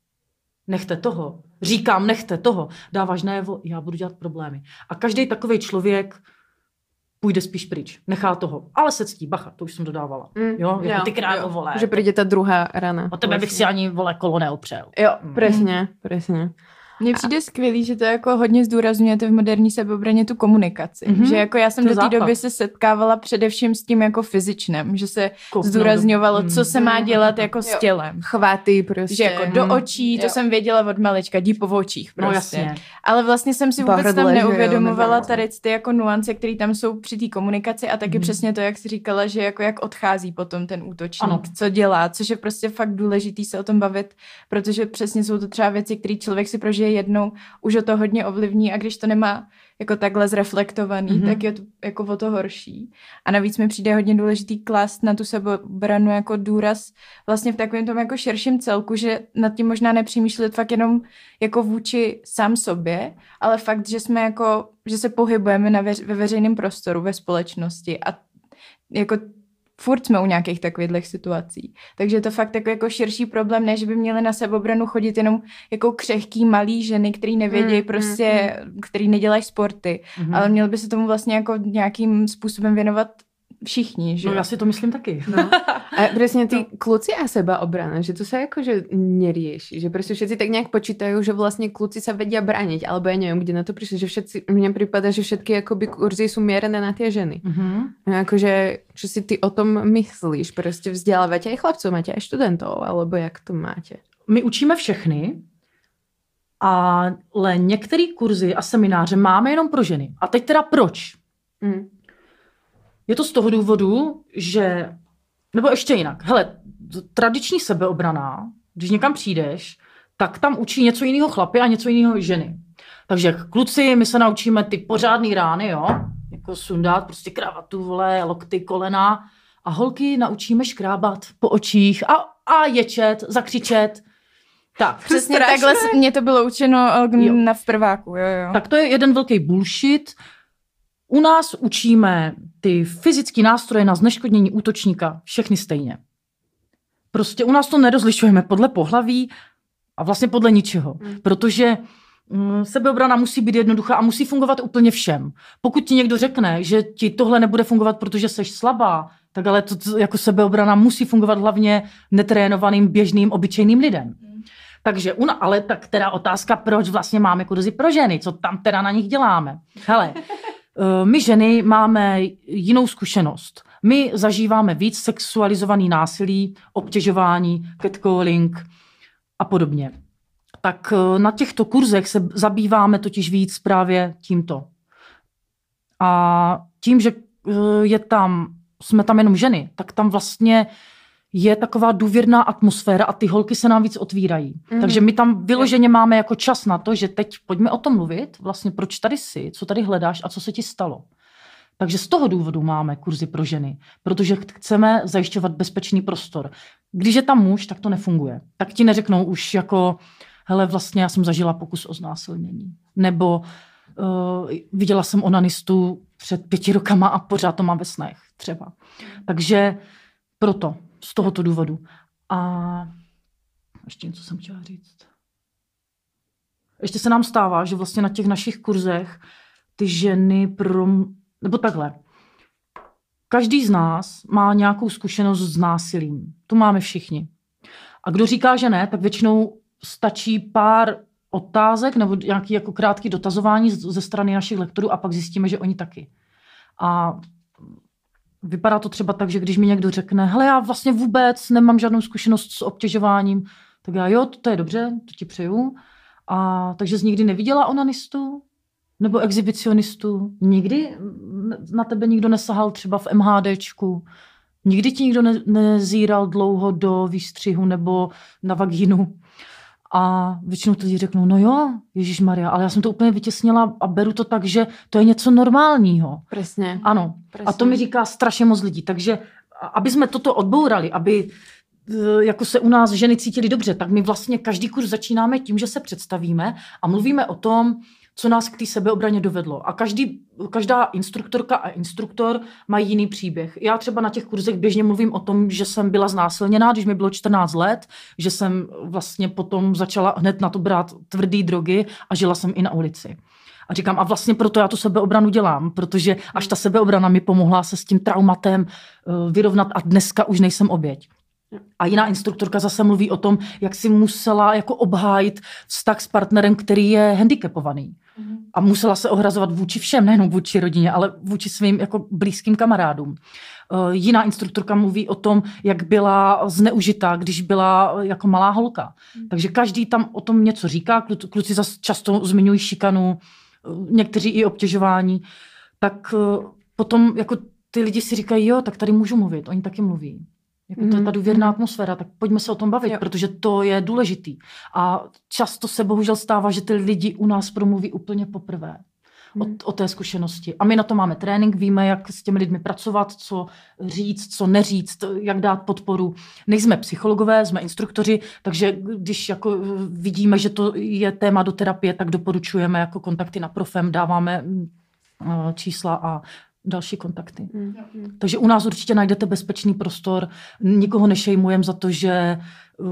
[SPEAKER 2] toho, říkám nechte toho, dáváš najevo, já budu dělat problémy. A každý takovej člověk půjde spíš pryč, nechá toho, ale se ctí, bacha, to už jsem dodávala. Jo, jako ty krávo, vole.
[SPEAKER 1] Že přijde ta druhá rana.
[SPEAKER 2] O tebe bych si ani, vole, kolo neopřel.
[SPEAKER 1] Jo, presně.
[SPEAKER 3] Mně přijde skvělý, že to jako hodně zdůrazňujete v moderní sebeobraně tu komunikaci. Že jako já jsem do té doby se setkávala především s tím jako fyzičnem, že se zdůrazňovalo, co se má dělat jako s tělem.
[SPEAKER 1] Chváty prostě.
[SPEAKER 3] Že jako do očí, to jsem věděla od malička, dí po očích prostě.
[SPEAKER 2] No jasně.
[SPEAKER 3] Ale vlastně jsem si vůbec tam neuvědomovala tady ty jako nuance, které tam jsou při té komunikaci, a taky přesně to, jak jsi říkala, že jako jak odchází potom ten útočník, co dělá, což je prostě fakt důležitý se o tom bavit, protože přesně jsou to třeba věci, které člověk si prožije jednou, už o to hodně ovlivní, a když to nemá jako takhle zreflektovaný, tak je to jako o to horší. A navíc mi přijde hodně důležitý klást na tu sebeobranu jako důraz vlastně v takovém tom jako širším celku, že nad tím možná nepřemýšlet fakt jenom jako vůči sám sobě, ale fakt, že jsme jako, že se pohybujeme ve veřejném prostoru, ve společnosti, a jako furt jsme u nějakých takových situací. Takže je to fakt jako širší problém, ne, že by měly na sebeobranu chodit jenom jako křehký malý ženy, který nevědějí který nedělají sporty, ale měl by se tomu vlastně jako nějakým způsobem věnovat všichni, že
[SPEAKER 2] No
[SPEAKER 3] jo?
[SPEAKER 2] já si to myslím taky.
[SPEAKER 1] No. A presne tí kluci a sebaobrana, že to sa akože nerieši, že proste všetci tak nejak počítajú, že vlastne kluci sa vedia brániť, alebo ja neviem, kde na to prišli, že všetci, mne prípada, že všetky akoby kurzy sú mierené na tie ženy. No akože, čo si ty o tom myslíš? Proste vzdelávate aj chlapcov, máte aj študentov, alebo jak to máte?
[SPEAKER 2] My učíme všechny, ale některé kurzy a semináře máme jenom pro ženy. A teď teda proč? Je to z toho důvodu, že, nebo ještě jinak, hele, tradiční sebeobrana, když někam přijdeš, tak tam učí něco jiného chlapy a něco jiného ženy. Takže kluci, my se naučíme ty pořádný rány, jo, jako sundat, prostě kravatu, vole, lokty, kolena, a holky naučíme škrábat po očích a ječet, zakřičet. Tak,
[SPEAKER 3] Přesně takhle mě to bylo učeno v prváku. Jo.
[SPEAKER 2] Tak to je jeden velký bullshit. U nás učíme ty fyzické nástroje na zneškodnění útočníka všechny stejně. Prostě u nás to nerozlišujeme podle pohlaví a vlastně podle ničeho. Protože sebeobrana musí být jednoduchá a musí fungovat úplně všem. Pokud ti někdo řekne, že ti tohle nebude fungovat, protože seš slabá, tak ale to jako sebeobrana musí fungovat hlavně netrénovaným, běžným, obyčejným lidem. Takže, ale tak teda otázka, proč vlastně máme kurzy pro ženy, co tam teda na nich děláme. Hele, my ženy máme jinou zkušenost. My zažíváme víc sexualizovaný násilí, obtěžování, catcalling a podobně. Tak na těchto kurzech se zabýváme totiž víc právě tímto. A tím, že jsme tam jenom ženy, tak tam vlastně je taková důvěrná atmosféra a ty holky se nám víc otvírají. Takže my tam vyloženě máme jako čas na to, že teď pojďme o tom mluvit, vlastně proč tady jsi, co tady hledáš a co se ti stalo. Takže z toho důvodu máme kurzy pro ženy, protože chceme zajišťovat bezpečný prostor. Když je tam muž, tak to nefunguje. Tak ti neřeknou už jako, hele, vlastně já jsem zažila pokus o znásilnění. Nebo viděla jsem onanistu před 5 rokama a pořád to mám ve snech třeba. Takže proto, z tohoto důvodu. A ještě něco jsem chtěla říct. Ještě se nám stává, že vlastně na těch našich kurzech ty ženy nebo takhle. Každý z nás má nějakou zkušenost s násilím. To máme všichni. A kdo říká, že ne, tak většinou stačí pár otázek nebo nějaký jako krátký dotazování ze strany našich lektorů a pak zjistíme, že oni taky. A vypadá to třeba tak, že když mi někdo řekne, hele, já vlastně vůbec nemám žádnou zkušenost s obtěžováním, tak já jo, to je dobře, to ti přeju. A takže jsi nikdy neviděla onanistu? Nebo exhibicionistu? Nikdy na tebe nikdo nesahal třeba v MHDčku? Nikdy ti nikdo nezíral dlouho do výstřihu nebo na vagínu? A většinou lidi řeknou, no jo, Ježišmarja, ale já jsem to úplně vytěsnila a beru to tak, že to je něco normálního.
[SPEAKER 1] Presne.
[SPEAKER 2] Ano. Presne. A to mi říká strašně moc lidí. Takže aby jsme toto odbourali, aby jako se u nás ženy cítily dobře, tak my vlastně každý kurz začínáme tím, že se představíme a mluvíme o tom, co nás k té sebeobraně dovedlo. A každá instruktorka a instruktor mají jiný příběh. Já třeba na těch kurzech běžně mluvím o tom, že jsem byla znásilněná, když mi bylo 14 let, že jsem vlastně potom začala hned na to brát tvrdý drogy a žila jsem i na ulici. A říkám, a vlastně proto já tu sebeobranu dělám, protože až ta sebeobrana mi pomohla se s tím traumatem vyrovnat a dneska už nejsem oběť. A jiná instruktorka zase mluví o tom, jak si musela jako obhájit vztah s partnerem, který je handicapovaný. A musela se ohrazovat vůči všem, nejenom vůči rodině, ale vůči svým jako blízkým kamarádům. Jiná instruktorka mluví o tom, jak byla zneužitá, když byla jako malá holka. Takže každý tam o tom něco říká. Kluci zase často zmiňují šikanu, někteří i obtěžování. Tak potom jako ty lidi si říkají, jo, tak tady můžu mluvit. Oni taky mluví. Jako to je ta důvěrná atmosféra, tak pojďme se o tom bavit, protože to je důležitý. A často se bohužel stává, že ty lidi u nás promluví úplně poprvé o té zkušenosti. A my na to máme trénink, víme, jak s těmi lidmi pracovat, co říct, co neříct, jak dát podporu. Nejsme psychologové, jsme instruktoři, takže když jako vidíme, že to je téma do terapie, tak doporučujeme jako kontakty na Profem, dáváme čísla a další kontakty. Takže u nás určitě najdete bezpečný prostor, nikoho nešejmujeme za to, že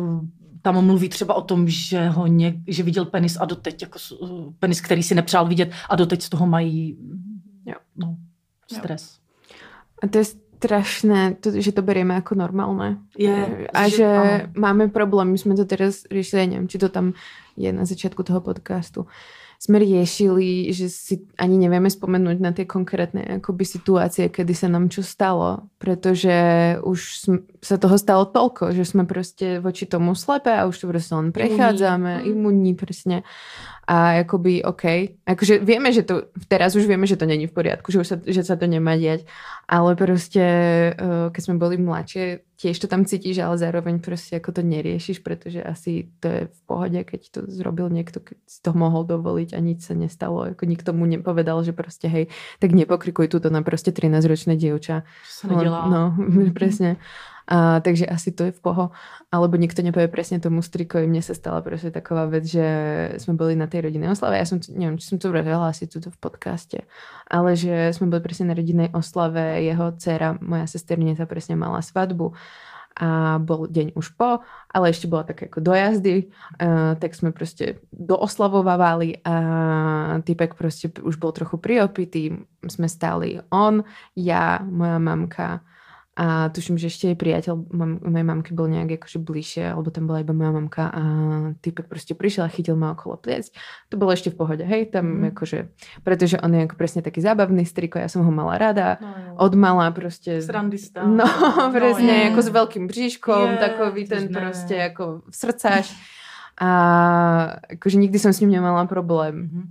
[SPEAKER 2] tam mluví třeba o tom, že viděl penis a doteď, jako penis, který si nepřál vidět a doteď z toho mají stres.
[SPEAKER 1] A to je strašné, že to berieme ako normálne. A že máme problém, my sme to teraz riešili, neviem, či to tam je na začiatku toho podcastu. Sme riešili, že si ani nevieme spomenúť na tie konkrétne akoby situácie, kedy sa nám čo stalo, pretože už sa toho stalo toľko, že sme proste voči tomu slepé a už to proste len prechádzame, imunní presne. A akoby akože vieme, že to, teraz už vieme, že to není v poriadku, že sa to nemá diať, ale proste, keď sme boli mladšie, tiež to tam cítiš, ale zároveň proste ako to neriešiš, pretože asi to je v pohode, keď to zrobil niekto, keď si to mohol dovoliť a nič sa nestalo, ako nikto mu nepovedal, že proste hej, tak nepokrikuj túto na proste 13-ročné dievča.
[SPEAKER 2] Sa nedelá.
[SPEAKER 1] No, presne. Takže asi to je v poho. Alebo nikto nepovie presne tomu strikovi. Mne sa stala proste taková vec, že sme boli na tej rodinnej oslave. Ja som, neviem, či som to vrátila asi tuto v podcaste, ale že sme boli presne na rodinnej oslave. Jeho dcera, moja sesternica, presne mala svadbu a bol deň už po, ale ešte bola také ako dojazdy, tak sme proste dooslavovávali a týpek proste už bol trochu priopitý. Sme stáli on, ja, moja mamka a tuším, že ešte jej priateľ mojej mamky bol nejak akože bližšie, alebo tam bola iba moja mamka a týpek proste prišiel a chytil ma okolo pliec. To bolo ešte v pohode, hej, tam akože, pretože on je ako presne taký zábavný striko, ja som ho mala rada, od mala proste.
[SPEAKER 2] Srandista.
[SPEAKER 1] No, presne, ako s veľkým bříškom, takový ten proste ako srdcaš. A akože nikdy som s ním nemala problém.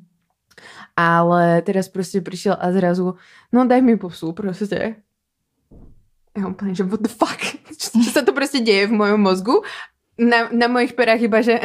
[SPEAKER 1] Ale teraz proste prišiel a zrazu, no daj mi pusu proste. Ja úplne, že what the fuck? Čo sa to proste deje v mojom mozgu? Na mojich perách iba, že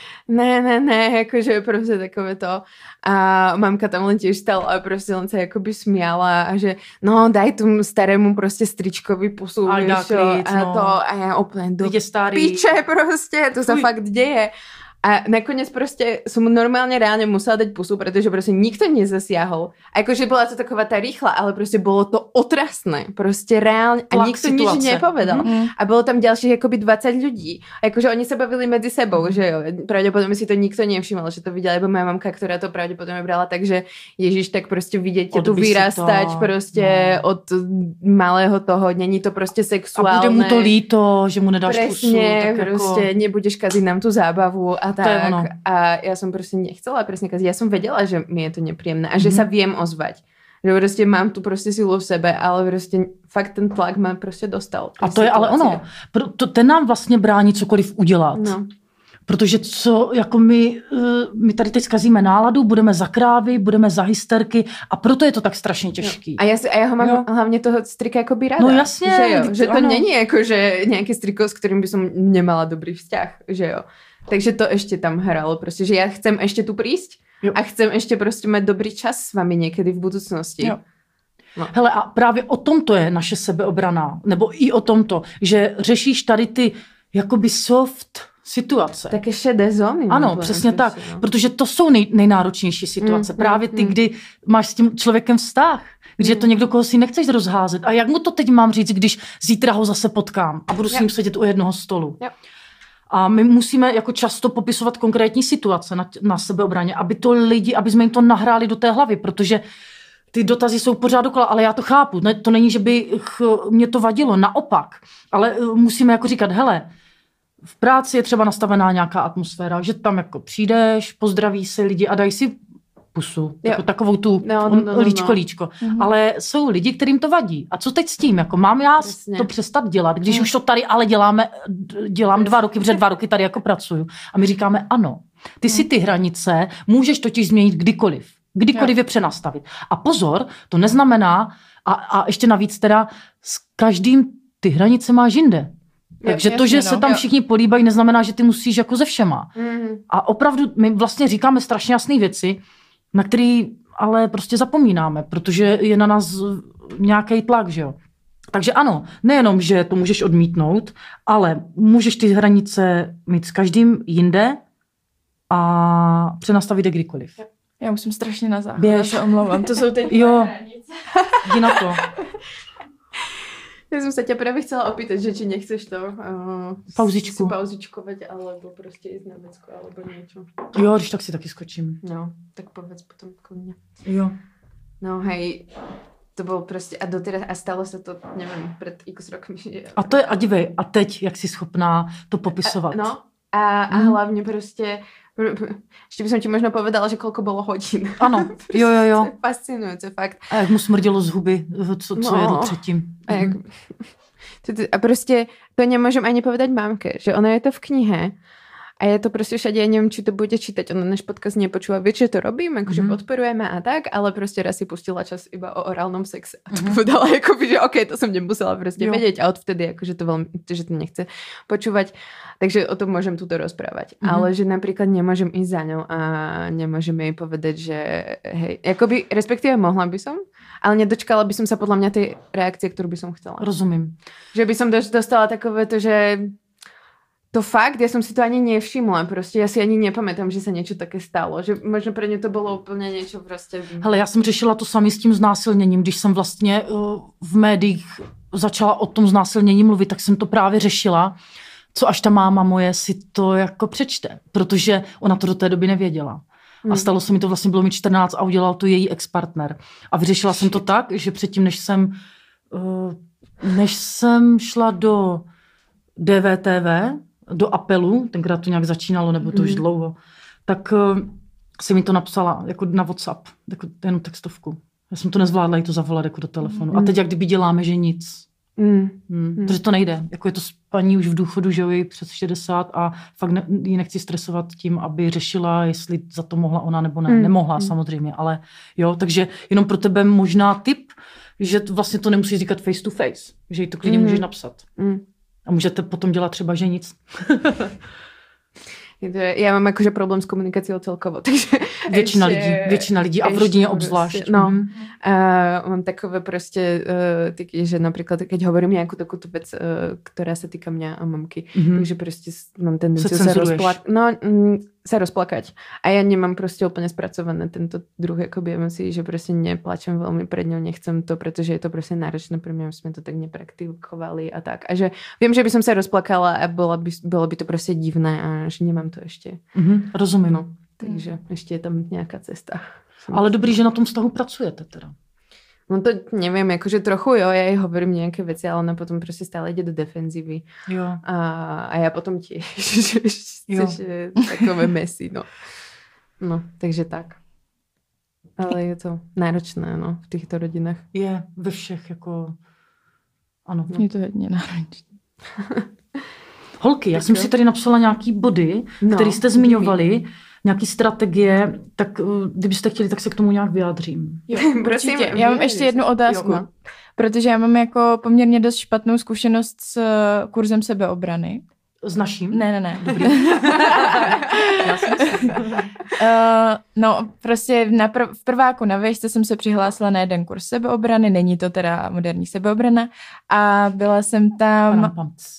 [SPEAKER 1] ne, akože proste takové to. A mamka tam len tiež stala a proste len sa akoby smiala a že no daj tomu starému proste stričkovi pusu, vieš čo, a to a ja úplne do piče proste, to sa fakt deje. A nakoniec proste som mu normálne reálne musela dať pusu, pretože proste nikto nezasiahol. Akože bola to taková tá rýchla, ale proste bolo to otrasné. Proste reálne. A nikto nič nepovedal. A bolo tam ďalších akoby 20 ľudí. Akože oni sa bavili medzi sebou, že jo. Pravdepodobne si to nikto nevšimol, že to videla iba moja mamka, ktorá to pravdepodobne brala, takže Ježiš, tak proste vidieť tu vyrastať proste od malého toho. Není to proste sexuálne.
[SPEAKER 2] A bude mu to líto, že mu nedáš pusu.
[SPEAKER 1] Presne, proste nebudeš kaziť nám tú zábavu. A tak. A ja som proste nechcela presne kaziť. Ja som vedela, že mi je to nepríjemné a že sa viem ozvať. Že proste mám tu proste silu v sebe, ale proste fakt ten tlak ma proste dostal.
[SPEAKER 2] A to je ale ono. Ten nám vlastně brání cokoliv udělat. No. Protože co, jako my tady teď zkazíme náladu, budeme za krávy, budeme za hysterky a proto je to tak strašně těžký.
[SPEAKER 1] No. A já ho mám hlavně toho strika jakoby ráda.
[SPEAKER 2] No jasně.
[SPEAKER 1] Že, jo, že to není jako, že nějaký striko, s kterým by som nemala dobrý vzťah, že jo. Takže to ešte tam hralo proste, že ja chcem ešte tu prísť a chcem ešte proste mať dobrý čas s vami niekedy v budúcnosti.
[SPEAKER 2] Jo. No. Hele, a právě o tomto je naše sebeobrana, nebo i o tomto, že řešíš tady ty jakoby soft situace.
[SPEAKER 1] Také šedé zóny.
[SPEAKER 2] Ano, přesně tak, protože to jsou nejnáročnější situace. Právě ty, kdy máš s tím člověkem vztah, když je to někdo, koho si nechceš rozházet. A jak mu to teď mám říct, když zítra ho zase potkám a budu s ním sedět u jednoho stolu. Jo. A my musíme jako často popisovat konkrétní situace na sebeobraně, aby jsme jim to nahráli do té hlavy, protože ty dotazy jsou pořád dokola, ale já to chápu. To není, že by mě to vadilo, naopak. Ale musíme jako říkat, hele, v práci je třeba nastavená nějaká atmosféra, že tam jako přijdeš, pozdraví se lidi a dají si pusu, jako takovou tu líčko. Ale jsou lidi, kterým to vadí. A co teď s tím? Jako mám já to přestat dělat, když už to tady ale dělám 2 roky, protože 2 roky tady jako pracuju. A my říkáme ano. Ty si ty hranice můžeš totiž změnit kdykoliv. Kdykoliv je přenastavit. A pozor, to neznamená, a ještě navíc teda s každým ty hranice máš jinde. Takže to, že se tam všichni políbají, neznamená, že ty musíš jako ze všema. A opravdu my vlastně říkáme strašně jasné věci, na který ale prostě zapomínáme, protože je na nás nějaký tlak, že jo. Takže ano, nejenom, že to můžeš odmítnout, ale můžeš ty hranice mít s každým jinde a přenastavit je kdykoliv.
[SPEAKER 3] Já musím strašně na záchod, já se omlouvám, to jsou teď hranice.
[SPEAKER 2] Jdi na to.
[SPEAKER 1] Ja som sa ťa práve chcela opýtať, že či nechceš to pauzičkovať, alebo proste ísť na vecko, alebo niečo.
[SPEAKER 2] Jo, když tak si taky skočím.
[SPEAKER 1] No, tak povedz potom kľudne.
[SPEAKER 2] Jo.
[SPEAKER 1] No hej, to bylo prostě, a doteraz, a stalo se to, nevím, před x rokmi.
[SPEAKER 2] A dívej, a teď, jak jsi schopná to popisovat?
[SPEAKER 1] A hlavně prostě, ještě bych ti možno povedala, že kolko bylo hodin.
[SPEAKER 2] Ano, jo.
[SPEAKER 1] To je fascinující, fakt.
[SPEAKER 2] A jak mu smrdilo z huby, co jedl předtím.
[SPEAKER 1] A prostě to nemůžem ani povedať mamke, že ono je to v knihe a je to prostě všade, ja neviem, či to bude čítať, ona náš podcast nepočúva, vie, že to robím, akože podporujeme a tak, ale prostě raz si pustila čas iba o orálnom sexe a to povedala, akoby, že okej, to som nemusela prostě vedieť a odvtedy, akože to veľmi, že to nechce počúvať, takže o tom môžem tuto rozprávať, ale že napríklad nemôžem ísť za ňou a nemôžem jej povedať, že hej, akoby, respektíve mohla by som, ale nedočkala by som sa podľa mňa tej reakcie, ktorú by som chcela.
[SPEAKER 2] Rozumím.
[SPEAKER 1] Že by som dostala takové to, že to fakt, ja som si to ani nevšimla, prostě ja si ani nepamätám, že sa niečo také stalo, že možno pre ně to bylo úplně niečo prostě.
[SPEAKER 2] Hele, já jsem řešila to samé s tím znásilněním, když jsem vlastně v médiích začala o tom znásilnění mluvit, tak jsem to právě řešila, co až ta máma moje si to jako přečte, protože ona to do té doby nevěděla. A stalo se mi to, vlastně bylo mi 14 a udělal to její ex-partner. A vyřešila jsem to tak, že předtím, než jsem šla do DVTV, do Apelu, tenkrát to nějak začínalo, nebo to už dlouho, tak si mi to napsala jako na WhatsApp, jako jenom textovku. Já jsem to nezvládla jí to zavolat jako do telefonu. A teď jak kdyby děláme, že nic. Protože to nejde. Jako je to paní už v důchodu, že jo, je přes 60 a fakt ji nechci stresovat tím, aby řešila, jestli za to mohla ona nebo ne. Nemohla samozřejmě, ale jo, takže jenom pro tebe možná tip, že vlastně to nemusíš říkat face to face, že jí to klidně můžeš napsat. A můžete potom dělat třeba, že nic.
[SPEAKER 1] Já mám jakože problém s komunikací celkovo, takže
[SPEAKER 2] většina lidí a v rodině obzvlášť.
[SPEAKER 1] No, mám takové prostě, že například, keď hovorím nějakou takovou věc, která se týká mě a mamky, takže prostě mám tendenci se rozplakať. A já nemám prostě úplně zpracované tento druh jakoby emocí, že prostě neplačem velmi před ňou, nechcem to, protože je to prostě náročné pro mě, jsme to tak nepraktikovali a tak. A že vím, že by som se rozplakala a bylo by to prostě divné a že nemám to ještě.
[SPEAKER 2] Rozumím.
[SPEAKER 1] No, takže ještě je tam nějaká cesta.
[SPEAKER 2] Ale dobrý, že na tom vztahu pracujete teda.
[SPEAKER 1] No to nevím, jakože trochu jo, já jí hovorím nějaké věci, ale ona potom prostě stále jde do defenzivy.
[SPEAKER 2] Jo.
[SPEAKER 1] A já potom tiež, že takové messy, no. No, takže tak. Ale je to náročné, no, v těchto rodinách.
[SPEAKER 2] Je, ve všech, jako, ano.
[SPEAKER 3] No. Je to hodně náročné.
[SPEAKER 2] Holky, já jsem si tady napsala nějaký body, které jste zmiňovali, nějaký strategie, tak kdybyste chtěli, tak se k tomu nějak vyjádřím.
[SPEAKER 3] Jo, prosím, já mám ještě jednu otázku, protože já mám jako poměrně dost špatnou zkušenost s kurzem sebeobrany.
[SPEAKER 2] S naším?
[SPEAKER 3] Ne. Dobrý. No, prostě v prváku na výšce jsem se přihlásila na jeden kurz sebeobrany, není to teda moderní sebeobrana, a byla jsem tam...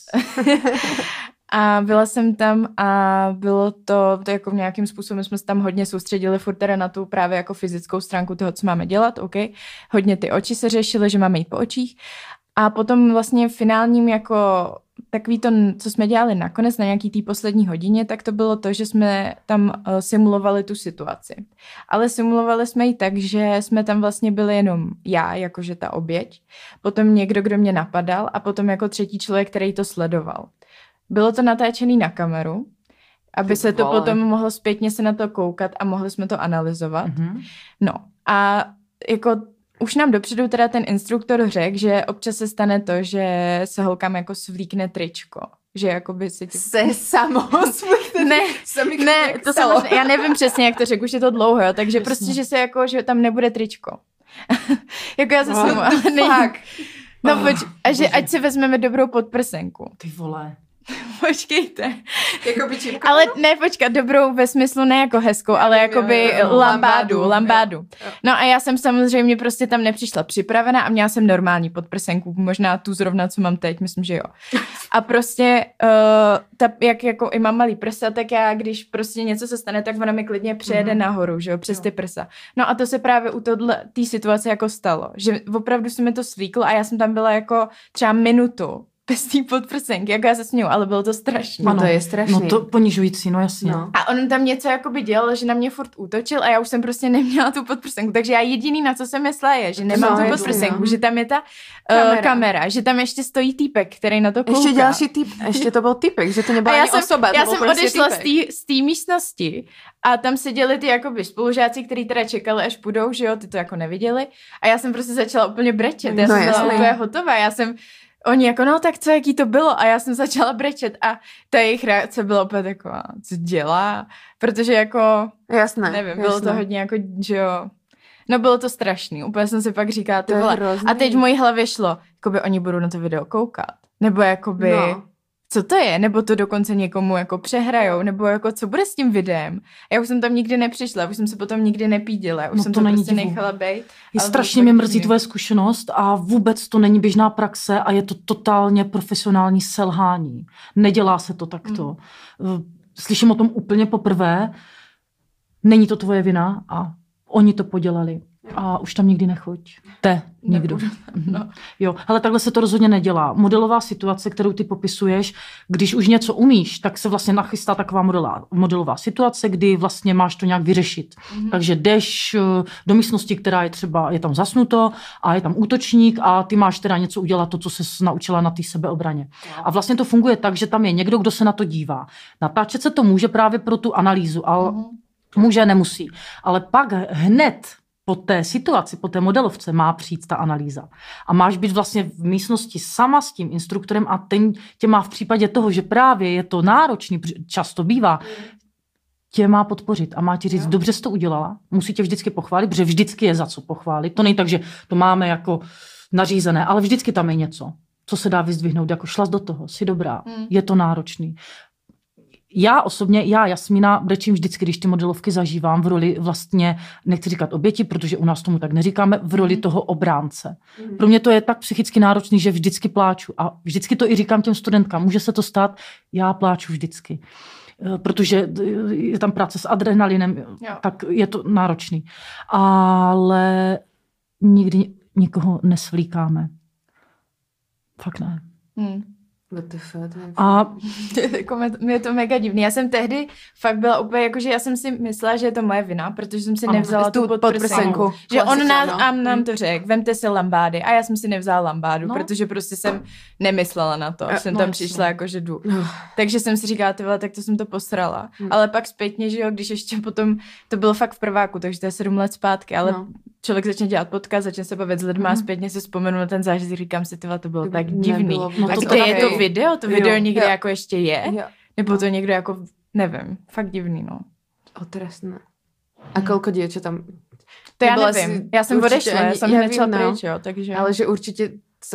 [SPEAKER 3] A byla jsem tam a bylo to jako nějakým způsobem jsme se tam hodně soustředili furt teda na tu právě jako fyzickou stránku toho, co máme dělat, OK. Hodně ty oči se řešily, že máme jít po očích. A potom vlastně finálním jako takový to, co jsme dělali nakonec na nějaký té poslední hodině, tak to bylo to, že jsme tam simulovali tu situaci. Ale simulovali jsme ji tak, že jsme tam vlastně byli jenom já, jakože ta oběť, potom někdo, kdo mě napadal a potom jako třetí člověk, který to sledoval. Bylo to natáčený na kameru, aby se to potom mohlo zpětně se na to koukat a mohli jsme to analyzovat. No a jako už nám dopředu teda ten instruktor řekl, že občas se stane to, že se holkám jako svlíkne tričko. Že jakoby si...
[SPEAKER 1] Se samo
[SPEAKER 3] Ne, to samozřejmě, já nevím přesně, jak to řekl, už je to dlouho, jo, takže prostě, že se jako, že tam nebude tričko. Jako já se samo, ale nejak. No a že ať si vezmeme dobrou podprsenku.
[SPEAKER 2] Ty vole.
[SPEAKER 3] Počkejte.
[SPEAKER 1] Jakoby čipku?
[SPEAKER 3] Ale ne, počkat, dobrou ve smyslu ne jako hezkou, ale jakoby lambádu. No a já jsem samozřejmě prostě tam nepřišla připravená a měla jsem normální podprsenku, možná tu zrovna, co mám teď, myslím, že jo. A prostě, jak jako i mám malý prsa, tak já, když prostě něco se stane, tak ona mi klidně přejede nahoru, že jo, přes ty prsa. No a to se právě u té situace jako stalo, že opravdu se mi to svlíklo a já jsem tam byla jako třeba minutu pestý podprsenky, jako já se směju, ale bylo to strašné.
[SPEAKER 1] No to je strašný.
[SPEAKER 2] No to ponižující, no jasně.
[SPEAKER 1] No.
[SPEAKER 3] A on tam něco jakoby dělal, že na mě furt útočil a já už jsem prostě neměla tu podprsenku, takže já jediný, na co jsem myslela, je, že nemám tu podprsenku, že tam je ta kamera, že tam ještě stojí týpek, který na to kouká.
[SPEAKER 1] Ještě další typ, ještě to byl týpek, že to nebyla ani osoba,
[SPEAKER 3] já
[SPEAKER 1] to byl
[SPEAKER 3] jsem
[SPEAKER 1] prostě
[SPEAKER 3] odešla
[SPEAKER 1] týpek.
[SPEAKER 3] z té místnosti a tam seděli ty jakoby spolužáci, kteří teda čekali, až půjdou, že jo, ty to jako neviděli a já jsem prostě začala úplně brečet, já jsem byla úplně hotová, oni jako, no tak co, jaký to bylo? A já jsem začala brečet a ta jejich reakce byla úplně taková, co dělá? Protože jako, nevím, bylo to hodně jako, že jo, no bylo to strašný, úplně jsem si pak říkala, ty vole. A teď v mojí hlavě šlo, jakoby oni budou na to video koukat, nebo jakoby, co to je, nebo to dokonce někomu jako přehrajou, nebo jako co bude s tím videem. Já už jsem tam nikdy nepřišla, už jsem se potom nikdy nepídila, už jsem to prostě nechala bejt.
[SPEAKER 2] Strašně mě mrzí tvoje zkušenost a vůbec to není běžná praxe a je to totálně profesionální selhání. Nedělá se to takto. Slyším o tom úplně poprvé, není to tvoje vina a oni to podělali. A už tam nikdy nechoď. Nikdo.
[SPEAKER 3] No.
[SPEAKER 2] Jo, ale takhle se to rozhodně nedělá. Modelová situace, kterou ty popisuješ, když už něco umíš, tak se vlastně nachystá taková modelová situace, kdy vlastně máš to nějak vyřešit. Takže jdeš do místnosti, která je třeba, je tam zasnuto a je tam útočník a ty máš teda něco udělat, to, co ses naučila na té sebeobraně. A vlastně to funguje tak, že tam je někdo, kdo se na to dívá. Natáčet se to může právě pro tu analýzu, ale může, nemusí. Ale pak hned po té situaci, po té modelovce má přijít ta analýza. A máš být vlastně v místnosti sama s tím instruktorem a ten tě má v případě toho, že právě je to náročný, často bývá, tě má podpořit a má ti říct, dobře jsi to udělala, musí tě vždycky pochválit, protože vždycky je za co pochválit. To není tak, že to máme jako nařízené, ale vždycky tam je něco, co se dá vyzdvihnout, jako šla do toho, jsi dobrá, je to náročný. Já osobně, Jasmína, brečím vždycky, když ty modelovky zažívám v roli vlastně, nechci říkat oběti, protože u nás tomu tak neříkáme, v roli toho obránce. Pro mě to je tak psychicky náročný, že vždycky pláču a vždycky to i říkám těm studentkám, může se to stát, já pláču vždycky. Protože je tam práce s adrenalinem, tak je to náročný. Ale nikdy nikoho nesvlíkáme. Fakt ne.
[SPEAKER 3] A mě je to mega divný. Já jsem tehdy fakt byla úplně jako, že já jsem si myslela, že je to moje vina, protože jsem si nevzala tu podprsenku. Že on nám to řekl, vemte si lambády. A já jsem si nevzala lambádu, protože prostě jsem nemyslela na to. Jsem tam přišla jako, že jdu. Takže jsem si říkala, ty vole, tak to jsem to posrala. Ale pak zpětně, že jo, když ještě potom, to bylo fakt v prváku, takže to je 7 let zpátky, ale člověk začne dělat podcast, začne se bavit s lidma a zpětně si vzpomenu na ten zážitek, říkám si, ty vole, to bylo tak divný. A kde je to video? To video někde jako ještě je? Nebo to někdo jako, nevím, fakt divný, no.
[SPEAKER 1] Otrasné. A kolko děvčat tam?
[SPEAKER 3] To já nevím. Já jsem odešla, já jsem hned šla pryč, jo, takže...
[SPEAKER 1] Ale že určitě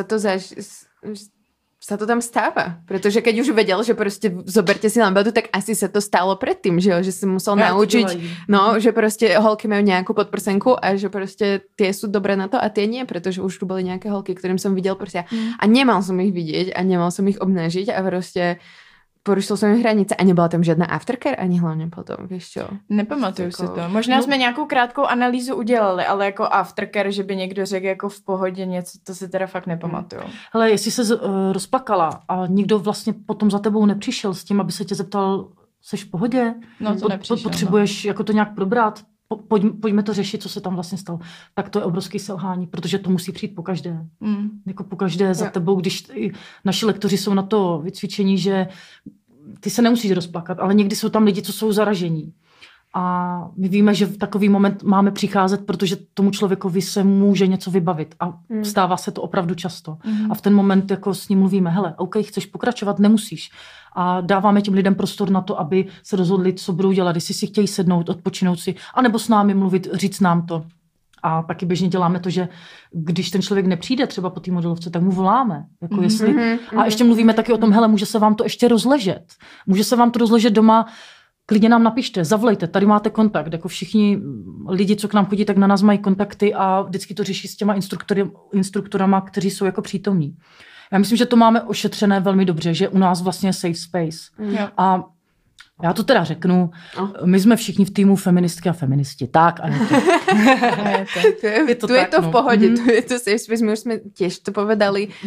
[SPEAKER 1] sa to tam stáva, pretože keď už vedel, že proste zoberte si lambadu, tak asi sa to stalo predtým, že jo, že si musel naučiť, no, že proste holky majú nejakú podprsenku a že proste tie sú dobré na to a tie nie, pretože už tu boli nejaké holky, ktorým som videl proste a nemal som ich vidieť a nemal som ich obnažiť a proste porušil jsem hranice a nebyla tam žádná aftercare ani hlavně potom, víš čo?
[SPEAKER 3] Nepamatuju si to. Možná jsme nějakou krátkou analýzu udělali, ale jako aftercare, že by někdo řekl jako v pohodě něco, to si teda fakt nepamatuju.
[SPEAKER 2] Hele, jestli se rozplakala a nikdo vlastně potom za tebou nepřišel s tím, aby se tě zeptal, seš v pohodě?
[SPEAKER 3] No to nepřišel.
[SPEAKER 2] Potřebuješ jako to nějak probrat? Pojďme to řešit, co se tam vlastně stalo. Tak to je obrovský selhání, protože to musí přijít pokaždé. Jako pokaždé za tebou, když naši lektoři jsou na to vycvičení, že ty se nemusíš rozplakat, ale někdy jsou tam lidi, co jsou zaražení. A my víme, že v takový moment máme přicházet, protože tomu člověkovi se může něco vybavit a stává se to opravdu často. A v ten moment jako s ním mluvíme, hele, OK, chceš pokračovat, nemusíš. A dáváme těm lidem prostor na to, aby se rozhodli, co budou dělat, jestli si chtějí sednout, odpočinout si, anebo s námi mluvit, říct nám to. A taky běžně děláme to, že když ten člověk nepřijde třeba po té modelovce, tak mu voláme. Jako jestli... A ještě mluvíme taky o tom, hele, může se vám to ještě rozležet. Může se vám to rozležet doma, klidně nám napište, zavolejte, tady máte kontakt. Jako všichni lidi, co k nám chodí, tak na nás mají kontakty a vždycky to řeší s těma instruktorama, kteří jsou jako přítomní. Já myslím, že to máme ošetřené velmi dobře, že u nás vlastně je safe space. A já to teda řeknu, my jsme všichni v týmu feministky a feministi, tak a je to.
[SPEAKER 1] Je to v pohodě, tu je to safe space, my už jsme tiež to povedali.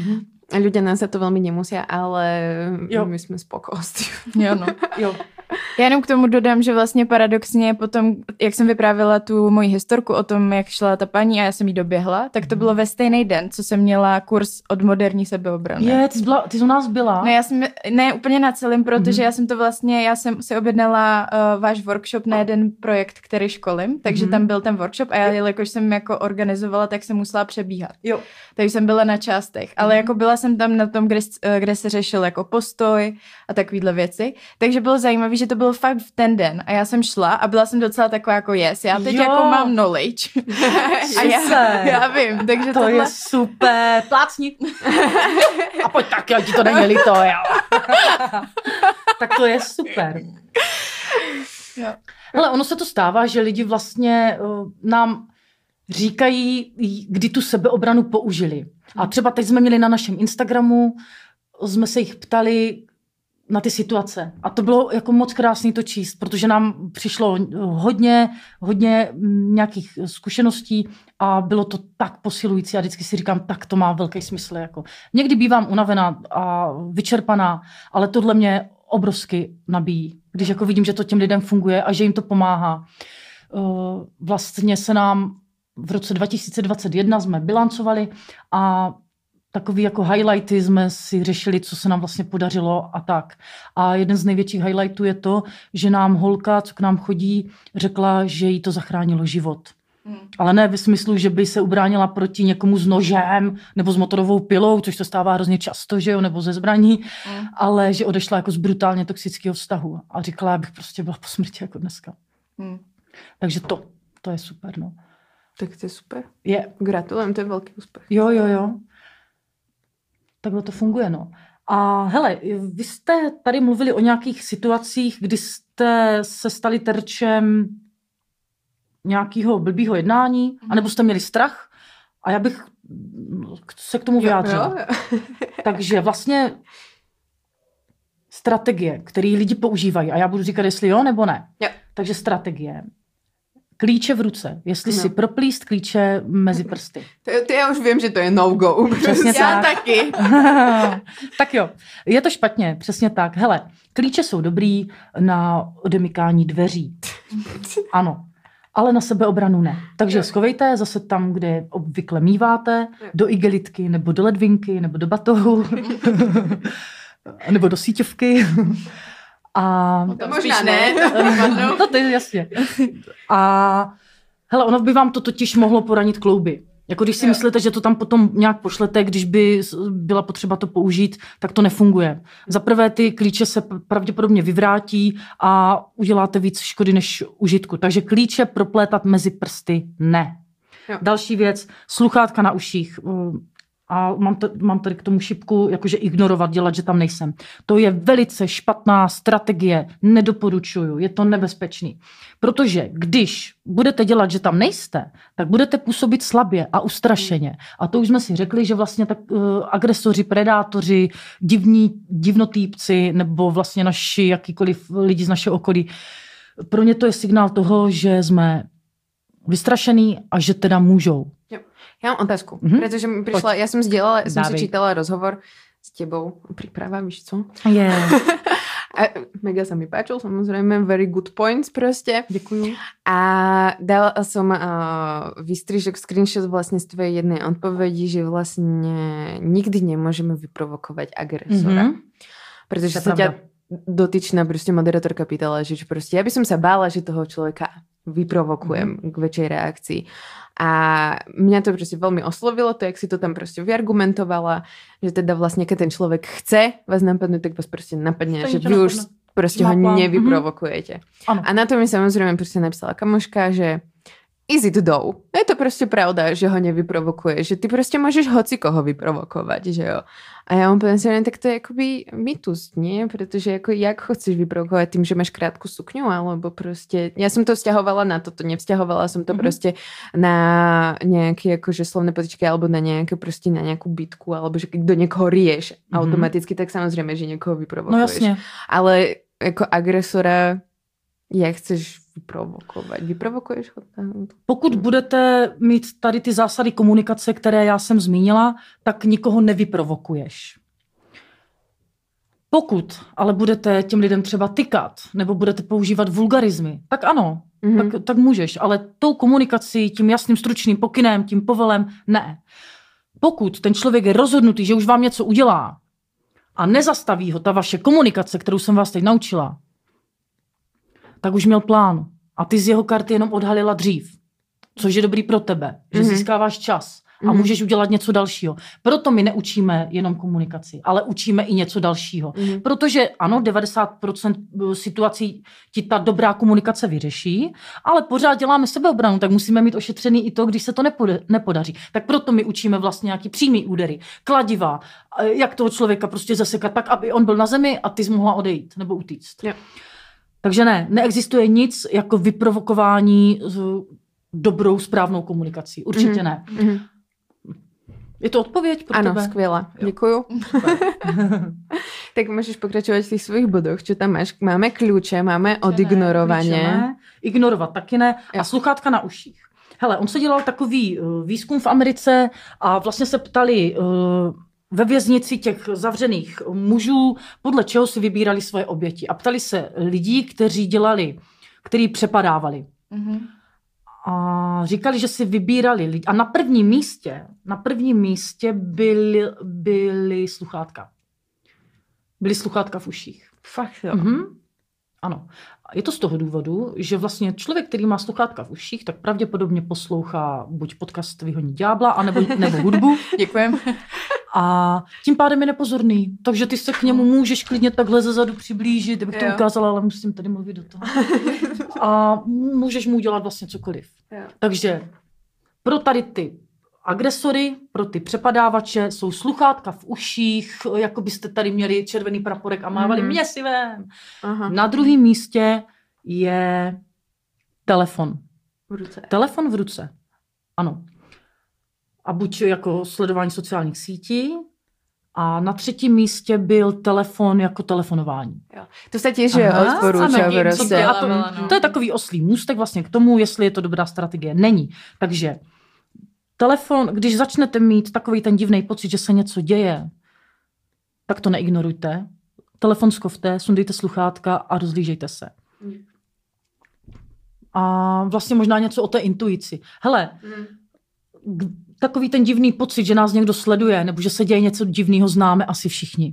[SPEAKER 1] Ľudia nás za to veľmi nemusia, ale my jsme spokosti.
[SPEAKER 3] Jo, no. Jo. Já jenom k tomu dodám, že vlastně paradoxně potom, jak jsem vyprávěla tu moji historku o tom, jak šla ta paní a já jsem jí doběhla, tak to bylo ve stejný den, co jsem měla kurz od moderní sebeobrany.
[SPEAKER 2] Ty u nás byla?
[SPEAKER 3] Ne úplně na celém, protože já jsem si objednala váš workshop na jeden projekt, který školím, takže tam byl ten workshop a já, jelikož jsem jako organizovala, tak jsem musela přebíhat.
[SPEAKER 2] Jo.
[SPEAKER 3] Takže jsem byla na částech, ale jako byla jsem tam na tom, kde se řešil jako postoj a takovýhle věci, takže bylo zajímavé, že to bylo fakt v ten den a já jsem šla a byla jsem docela taková jako já teď jako mám knowledge. A já vím, takže
[SPEAKER 2] to je super. Plácni. A pojď tak, jo, ti to není líto, jo. Tak to je super. Jo. Hele, ono se to stává, že lidi vlastně nám říkají, kdy tu sebeobranu použili. A třeba teď jsme měli na našem Instagramu, jsme se jich ptali na ty situace. A to bylo jako moc krásný to číst, protože nám přišlo hodně nějakých zkušeností a bylo to tak posilující a vždycky si říkám, tak to má velký smysl. Jako. Někdy bývám unavená a vyčerpaná, ale tohle mě obrovsky nabíjí, když jako vidím, že to těm lidem funguje a že jim to pomáhá. Vlastně se nám v roce 2021 jsme bilancovali a takový jako highlighty jsme si řešili, co se nám vlastně podařilo a tak. A jeden z největších highlightů je to, že nám holka, co k nám chodí, řekla, že jí to zachránilo život. Ale ne ve smyslu, že by se ubránila proti někomu s nožem nebo s motorovou pilou, což to stává hrozně často, že jo, nebo ze zbraní, ale že odešla jako z brutálně toxického vztahu. A říkala, abych prostě byla po smrti jako dneska. Takže to je super, no.
[SPEAKER 1] Tak to je super.
[SPEAKER 2] Je.
[SPEAKER 1] Gratulujem, to je velký úspěch.
[SPEAKER 2] Jo. Takhle to funguje, no. A hele, vy jste tady mluvili o nějakých situacích, kdy jste se stali terčem nějakého blbýho jednání, anebo jste měli strach a já bych se k tomu vyjádřila. Jo. Takže vlastně strategie, které lidi používají, a já budu říkat, jestli jo nebo ne.
[SPEAKER 1] Jo.
[SPEAKER 2] Takže strategie. Klíče v ruce. Jestli si proplíst klíče mezi prsty.
[SPEAKER 1] To já už vím, že to je no-go.
[SPEAKER 2] Přesně
[SPEAKER 1] já
[SPEAKER 2] tak.
[SPEAKER 1] taky.
[SPEAKER 2] Tak jo, je to špatně, přesně tak. Hele, klíče jsou dobrý na odemykání dveří. Ano. Ale na sebeobranu ne. Takže schovejte zase tam, kde obvykle míváte, do igelitky, nebo do ledvinky, nebo do batohu, nebo do síťovky. A
[SPEAKER 1] to možná ne.
[SPEAKER 2] To je jasně. A hele, ono by vám to totiž mohlo poranit klouby. Jako když si myslíte, že to tam potom nějak pošlete, když by byla potřeba to použít, tak to nefunguje. Za prvé ty klíče se pravděpodobně vyvrátí a uděláte víc škody než užitku. Takže klíče proplétat mezi prsty ne. Jo. Další věc, sluchátka na uších. A mám tady k tomu šipku, jakože ignorovat, dělat, že tam nejsem. To je velice špatná strategie, nedoporučuju, je to nebezpečný. Protože když budete dělat, že tam nejste, tak budete působit slabě a ustrašeně. A to už jsme si řekli, že vlastně tak agresoři, predátoři, divnotýpci nebo vlastně naši jakýkoliv lidi z našeho okolí, pro ně to je signál toho, že jsme vystrašený a že teda můžou.
[SPEAKER 1] Jo. Já mám otázku, protože mi přišla, já jsem si čítala rozhovor s tebou, príprava, víš co?
[SPEAKER 2] Yeah.
[SPEAKER 1] A mega sa mi páčil, samozrejme, very good points proste.
[SPEAKER 2] Děkuju.
[SPEAKER 1] A dala som výstrižok, screenshot vlastne z tvojej jednej odpovedi, že vlastne nikdy nemôžeme vyprovokovať agresora. Pretože sa ťa dotyčná proste moderátorka pýtala, že proste ja by som sa bála, že toho človeka vyprovokujem k väčšej reakcii. A mňa to proste veľmi oslovilo, to, jak si to tam proste vyargumentovala, že teda vlastne, keď ten človek chce vás napadnúť, tak vás proste napadne, že vy už proste ho nevyprovokujete. A na to mi samozrejme proste napísala kamoška, že is it though? Je to proste pravda, že ho nevyprovokuje, že ty proste môžeš hoci koho vyprovokovať, že jo. A ja úplne si neviem, tak to je akoby mýtus, nie? Pretože ako, jak ho chceš vyprovokovať tým, že máš krátku sukňu, alebo proste... Ja som to vzťahovala na toto, nevzťahovala som to proste na nejaké akože slovné potičky, alebo na nejaké proste na nejakú bitku, alebo že keď do niekoho rieš automaticky, tak samozrejme, že niekoho vyprovokuješ.
[SPEAKER 2] No jasne.
[SPEAKER 1] Ale ako agresora Jak chceš vyprovokovat? Vyprovokuješ ho?
[SPEAKER 2] Pokud budete mít tady ty zásady komunikace, které já jsem zmínila, tak nikoho nevyprovokuješ. Pokud ale budete těm lidem třeba tykat nebo budete používat vulgarizmy, tak ano, tak můžeš, ale tou komunikací, tím jasným stručným pokynem, tím povelem, ne. Pokud ten člověk je rozhodnutý, že už vám něco udělá a nezastaví ho ta vaše komunikace, kterou jsem vás teď naučila, tak už měl plán a ty z jeho karty jenom odhalila dřív, což je dobrý pro tebe, že získáváš čas a můžeš udělat něco dalšího. Proto my neučíme jenom komunikaci, ale učíme i něco dalšího. Protože ano, 90% situací ti ta dobrá komunikace vyřeší, ale pořád děláme sebeobranu, tak musíme mít ošetřený i to, když se to nepodaří. Tak proto my učíme vlastně nějaký přímý údery, kladiva, jak toho člověka prostě zasekat tak, aby on byl na zemi a ty jsi mohla odejít nebo utíct. Jo. Takže neexistuje nic jako vyprovokování dobrou, správnou komunikací. Určitě ne. Je to odpověď pro tebe?
[SPEAKER 1] Ano, skvěle. Děkuju. Tak můžeš pokračovat v těch svých bodoch. Co tam máš? Máme klíče, máme odignorování.
[SPEAKER 2] Ignorovat taky ne. A sluchátka na uších. Hele, on se dělal takový výzkum v Americe a vlastně se ptali ve věznici těch zavřených mužů, podle čeho si vybírali svoje oběti. A ptali se lidí, kteří přepadávali. A říkali, že si vybírali lidi. A na prvním místě byly sluchátka. Byly sluchátka v uších.
[SPEAKER 1] Fakt jo.
[SPEAKER 2] Ano. Je to z toho důvodu, že vlastně člověk, který má sluchátka v uších, tak pravděpodobně poslouchá buď podcast Vyhoní ďábla, nebo hudbu.
[SPEAKER 3] Děkujem.
[SPEAKER 2] A tím pádem je nepozorný. Takže ty se k němu můžeš klidně takhle zezadu přiblížit, kdybych to ukázala, ale musím tady mluvit do toho. A můžeš mu udělat vlastně cokoliv. Jo. Takže pro tady ty agresory, pro ty přepadávače jsou sluchátka v uších, jako byste tady měli červený praporek a mávali mě si vem. Na druhém místě je telefon.
[SPEAKER 1] V ruce.
[SPEAKER 2] Telefon v ruce. Ano. A buď jako sledování sociálních sítí, a na třetím místě byl telefon jako telefonování.
[SPEAKER 1] Jo. To se těž odporučuje.
[SPEAKER 2] To je takový oslý můstek vlastně k tomu, jestli je to dobrá strategie. Není. Takže telefon, když začnete mít takový ten divný pocit, že se něco děje, tak to neignorujte. Telefon schovte, sundejte sluchátka a rozhlížejte se. A vlastně možná něco o té intuici. Hele, takový ten divný pocit, že nás někdo sleduje, nebo že se děje něco divného, známe asi všichni.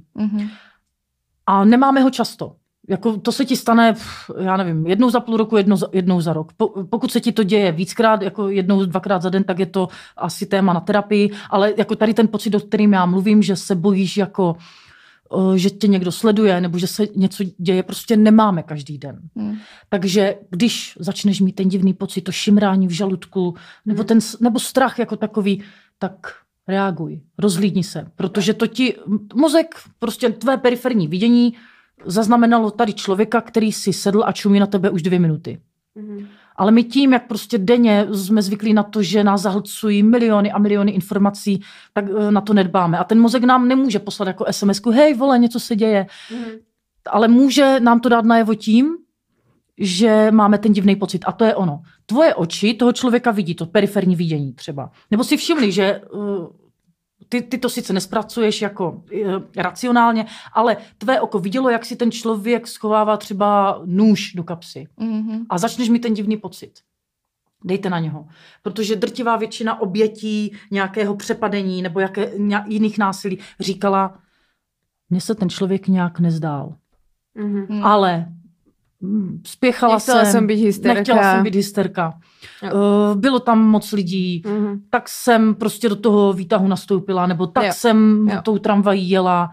[SPEAKER 2] A nemáme ho často. Jako to se ti stane, já nevím, jednou za půl roku, jednou za rok. Pokud se ti to děje víckrát, jako jednou, dvakrát za den, tak je to asi téma na terapii, ale jako tady ten pocit, o kterým já mluvím, že se bojíš jako, že tě někdo sleduje, nebo že se něco děje, prostě nemáme každý den. Takže když začneš mít ten divný pocit, to šimrání v žaludku, nebo strach jako takový, tak reaguj, rozhlídni se, protože to ti mozek, prostě tvé periferní vidění zaznamenalo tady člověka, který si sedl a čumí na tebe už 2 minuty. Ale my tím, jak prostě denně jsme zvyklí na to, že nás zahlcují miliony a miliony informací, tak na to nedbáme. A ten mozek nám nemůže poslat jako SMS-ku, hej vole, něco se děje. Ale může nám to dát najevo tím, že máme ten divný pocit. A to je ono. Tvoje oči toho člověka vidí, to periferní vidění třeba. Nebo si všimli, že ty to sice nespracuješ jako racionálně, ale tvé oko vidělo, jak si ten člověk schovává třeba nůž do kapsy. A začneš mít ten divný pocit. Dejte na něho. Protože drtivá většina obětí nějakého přepadení nebo jiných násilí říkala, mně se ten člověk nějak nezdál. Ale spěchala jsem být hysterka. Nechtěla jsem být hysterka. Bylo tam moc lidí, tak jsem prostě do toho výtahu nastoupila, nebo tak jsem tou tramvají jela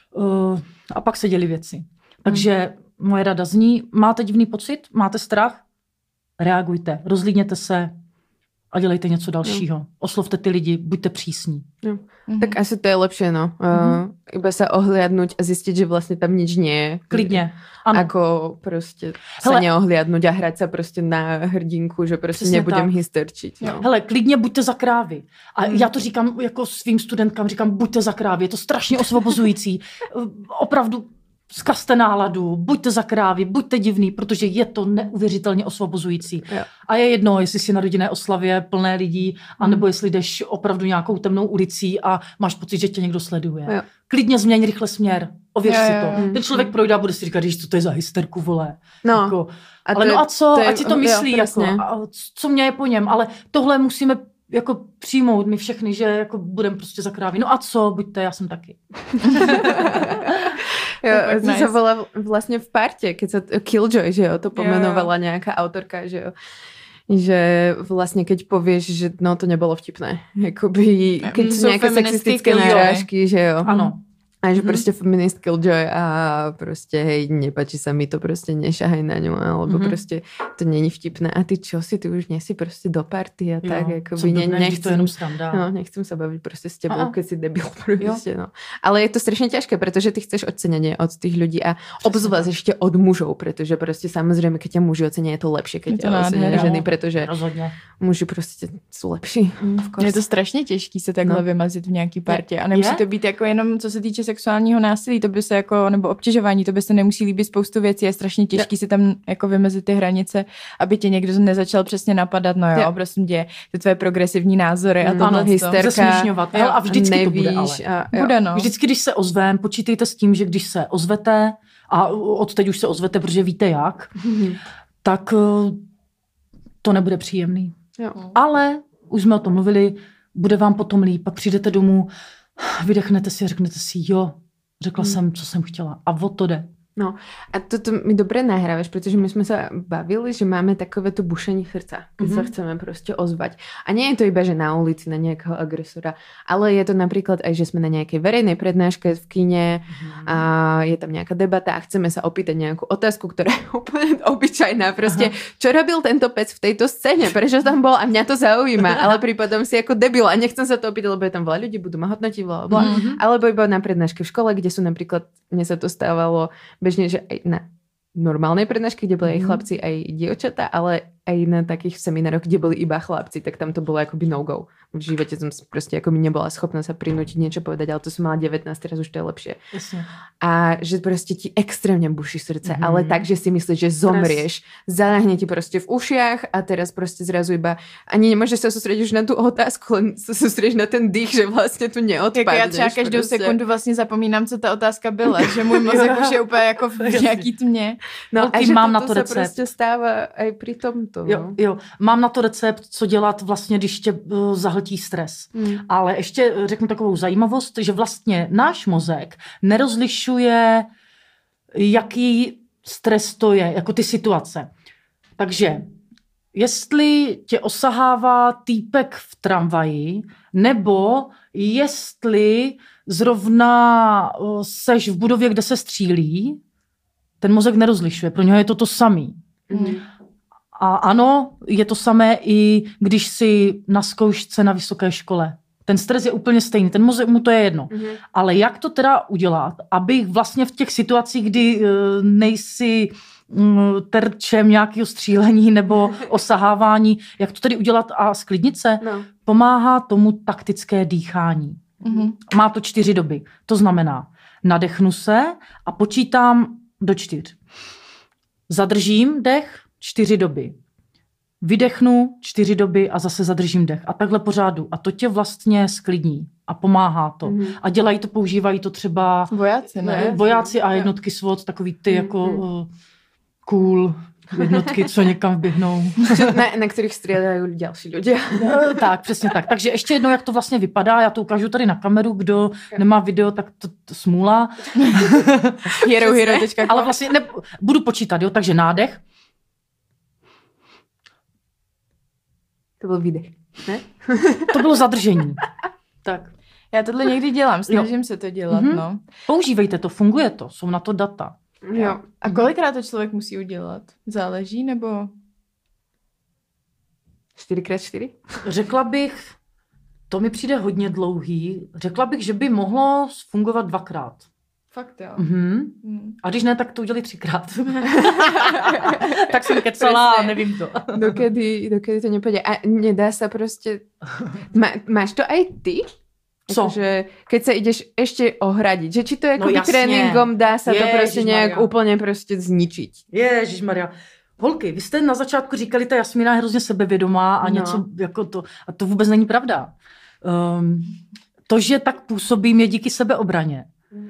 [SPEAKER 2] a pak se děly věci. Takže moje rada zní, máte divný pocit, máte strach, reagujte, rozhlídněte se a dělejte něco dalšího. Oslovte ty lidi, buďte přísní.
[SPEAKER 1] Tak asi to je lepší, no. Iba sa ohliadnúť a zistiť, že vlastne tam nič nie je.
[SPEAKER 2] Klidně. Ano.
[SPEAKER 1] Ako proste sa neohliadnúť a hrať sa proste na hrdinku, že proste nebudem hysterčiť. No.
[SPEAKER 2] Hele, klidně buďte za krávy. A já to říkám jako svým studentkám, říkám, buďte za krávy. Je to strašně osvobozující. Opravdu zkazte náladu, buďte za krávy, buďte divný, protože je to neuvěřitelně osvobozující.
[SPEAKER 1] Jo.
[SPEAKER 2] A je jedno, jestli jsi na rodinné oslavě plné lidí, anebo jestli jdeš opravdu nějakou temnou ulicí a máš pocit, že tě někdo sleduje.
[SPEAKER 1] Jo.
[SPEAKER 2] Klidně změň rychle směr, ověř si to.
[SPEAKER 3] Jo.
[SPEAKER 2] Ten člověk projde a bude si říkat, že to je za hysterku, vole.
[SPEAKER 1] No.
[SPEAKER 2] Jako,
[SPEAKER 1] A
[SPEAKER 2] ale
[SPEAKER 1] to-
[SPEAKER 2] no a co?
[SPEAKER 1] to je-
[SPEAKER 2] Ať si to myslí,
[SPEAKER 1] jo,
[SPEAKER 2] jako,
[SPEAKER 1] přesně.
[SPEAKER 2] a co mě je po něm, ale tohle musíme jako přijmout my všechny, že jako budeme prostě za krávy. No a co? Buďte, já jsem taky.
[SPEAKER 1] Jo,
[SPEAKER 3] fakt
[SPEAKER 1] to
[SPEAKER 3] nice.
[SPEAKER 1] sa volá vlastne v parte, keď sa Killjoy, že jo, to pomenovala nejaká autorka, že jo. Že vlastne keď povieš, že no to nebolo vtipné. Jakoby, keď sú
[SPEAKER 3] Sú
[SPEAKER 1] nejaké
[SPEAKER 3] feministky
[SPEAKER 1] sexistické
[SPEAKER 3] Killjoy.
[SPEAKER 1] narážky, že jo.
[SPEAKER 2] Ano.
[SPEAKER 1] A že proste feminist Killjoy a proste hej, nepáči sa mi to, proste nešahaj na ňu, alebo proste to není vtipné. A ty čo si, ty už nie si proste do party a tak,
[SPEAKER 2] co
[SPEAKER 1] akoby
[SPEAKER 2] blbne, když to je jenom sranda.
[SPEAKER 1] No, nechcem sa baviť proste s tebou,
[SPEAKER 2] Aha.
[SPEAKER 1] keď si debil proste, no. Ale je to strašne ťažké, pretože ty chceš ocenenie od tých ľudí a obzvlášť ešte od mužov, pretože proste samozrejme, keď ťa muži ocenia, je to lepšie, keď
[SPEAKER 3] Je to
[SPEAKER 1] ťa ocenia
[SPEAKER 3] nádhera.
[SPEAKER 1] ženy, pretože
[SPEAKER 2] Rozhodně.
[SPEAKER 1] muži prostě sú lepší.
[SPEAKER 3] Je to strašně těžký se takhle vymazit v nějaký partě. A nemusí
[SPEAKER 2] Je?
[SPEAKER 3] to být jako jenom, co se týče sexuálního násilí, to by se jako, nebo obtěžování, to by se nemusí líbit spoustu věcí. Je strašně těžký si tam jako vymezit ty hranice, aby tě někdo nezačal přesně napadat. No jo,
[SPEAKER 1] Jo.
[SPEAKER 3] prosím tě, ty tvoje progresivní názory a
[SPEAKER 1] Ano,
[SPEAKER 3] tohle.
[SPEAKER 1] hysterka.
[SPEAKER 2] Zesměšňovat. Hele, a vždycky to bude, ale.
[SPEAKER 3] Bude, no.
[SPEAKER 2] Vždycky, když se ozvem, počítejte s tím, že když se ozvete, a od teď už se ozvete, protože víte jak, tak to nebude příjemný.
[SPEAKER 1] Jo.
[SPEAKER 2] Ale už jsme o tom mluvili, bude vám potom líp, pak přijdete domů, vydechnete si a řeknete si, jo, řekla jsem, co jsem chtěla. A o to jde.
[SPEAKER 1] No a toto mi dobre nahrávaš, pretože my sme sa bavili, že máme takéto bušenie srdca, keď sa chceme proste ozvať. A nie je to iba, že na ulici na nejakého agresora, ale je to napríklad aj, že sme na nejakej verejnej prednáške v kine a je tam nejaká debata a chceme sa opýtať nejakú otázku, ktorá je úplne obyčajná. Proste, čo robil tento pec v tejto scéne? Prečo tam bol? A mňa to zaujíma, ale prípadom si ako debil a nechcem sa to opýtať, lebo je tam veľa ľudí, budú ma hodnotiť, bla, bla. Alebo iba na prednáške v škole, kde sú napríklad, mne sa to stávalo bežne, že aj na normálnej prednáške, kde boli aj chlapci, aj dievčatá, ale aj na takých seminároch, kde boli iba chlapci, tak tam to bolo akoby no-go. V živote som proste akoby nebola schopná sa prinútiť niečo povedať, ale to som mala 19, teraz už to je lepšie.
[SPEAKER 2] Jasně.
[SPEAKER 1] A že proste ti extrémne buší srdce, ale tak, že si myslíš, že zomrieš, zaľahne ti proste v ušiach a teraz proste zrazu iba ani nemôžeš sa sústrediť už na tú otázku, len sa sústredíš na ten dých, že vlastne tu neodpadneš.
[SPEAKER 3] Jako já třeba každou sekundu vlastně zapomínám, co ta otázka byla, že můj mozek už je úplně jako v nějaký tmě.
[SPEAKER 1] No a
[SPEAKER 2] Holky,
[SPEAKER 1] že
[SPEAKER 2] mám na
[SPEAKER 1] toto
[SPEAKER 2] to
[SPEAKER 1] sa
[SPEAKER 2] recept.
[SPEAKER 1] proste stáva aj pri tomto. No.
[SPEAKER 2] Jo, mám na to recept, co dělat vlastně, když tě zahltí stres. Ale ještě řeknu takovou zajímavost, že vlastně náš mozek nerozlišuje, jaký stres to je, jako ty situace. Takže jestli tě osahává týpek v tramvaji, nebo jestli zrovna seš v budově, kde se střílí, ten mozek nerozlišuje. Pro něho je to samý. A ano, je to samé i když jsi na zkoušce na vysoké škole. Ten stres je úplně stejný, ten mozek mu to je jedno. Ale jak to teda udělat, aby vlastně v těch situacích, kdy nejsi terčem nějakého střílení nebo osahávání, jak to tedy udělat a sklidnit se?
[SPEAKER 1] No.
[SPEAKER 2] Pomáhá tomu taktické dýchání. Má to 4 doby. To znamená, nadechnu se a počítám do 4. Zadržím dech 4 doby. Vydechnu 4 doby a zase zadržím dech. A takhle pořádu. A to tě vlastně sklidní a pomáhá to. A dělají to, používají to třeba
[SPEAKER 3] Vojáci, ne?
[SPEAKER 2] vojáci a jednotky SWAT, takový ty jako cool jednotky, co někam vběhnou.
[SPEAKER 1] Na ktorých strieľajú ďalší ľudia.
[SPEAKER 2] Tak, přesně tak. Takže ještě jednou, jak to vlastně vypadá. Já to ukážu tady na kameru. Kdo nemá video, tak to smůla.
[SPEAKER 3] Hero.com.
[SPEAKER 2] Ale vlastně budu počítat, jo? Takže nádech.
[SPEAKER 1] To byl výdech, ne?
[SPEAKER 2] To bylo zadržení. Tak.
[SPEAKER 3] Já tohle někdy dělám, snažím se to dělat, no.
[SPEAKER 2] Používejte to, funguje to, jsou na to data.
[SPEAKER 1] Jo.
[SPEAKER 3] A kolikrát to člověk musí udělat? Záleží, nebo?
[SPEAKER 1] 4x4?
[SPEAKER 2] Řekla bych, to mi přijde hodně dlouhý, řekla bych, že by mohlo fungovat 2krát.
[SPEAKER 3] Fakt jo.
[SPEAKER 2] A když ne, tak to udělali 3krát. Tak jsem kecala a nevím to.
[SPEAKER 1] Dokedy to nepôjde. A nedá sa proste... Máš to aj ty?
[SPEAKER 2] Co?
[SPEAKER 1] Že keď sa ideš ešte ohradiť, že či to je tréninkom dá sa to prostě nějak úplně prostě zničiť.
[SPEAKER 2] Ježišmarja. Holky, vy jste na začátku říkali, ta Jasmína je hrozně sebevědomá a něco jako to, a to vůbec není pravda. To, že tak působím, je díky sebeobraně.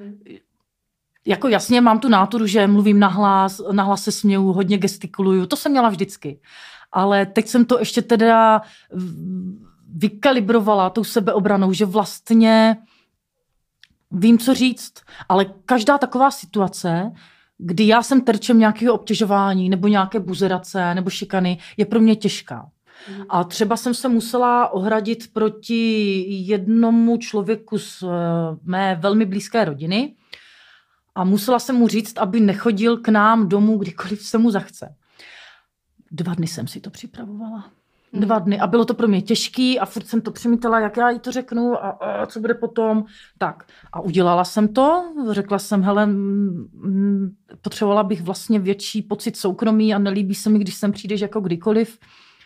[SPEAKER 2] Jako jasně mám tu náturu, že mluvím nahlas se směju, hodně gestikuluju, to jsem měla vždycky. Ale teď jsem to ještě teda vykalibrovala tou sebeobranou, že vlastně vím, co říct, ale každá taková situace, kdy já jsem terčem nějakého obtěžování nebo nějaké buzerace nebo šikany, je pro mě těžká. A třeba jsem se musela ohradit proti jednomu člověku z mé velmi blízké rodiny a musela jsem mu říct, aby nechodil k nám domů, kdykoliv se mu zachce. 2 dny jsem si to připravovala. 2 dny. A bylo to pro mě těžký a furt jsem to přemítala, jak já jí to řeknu a co bude potom. Tak. A udělala jsem to. Řekla jsem, hele, potřebovala bych vlastně větší pocit soukromí a nelíbí se mi, když sem přijdeš jako kdykoliv.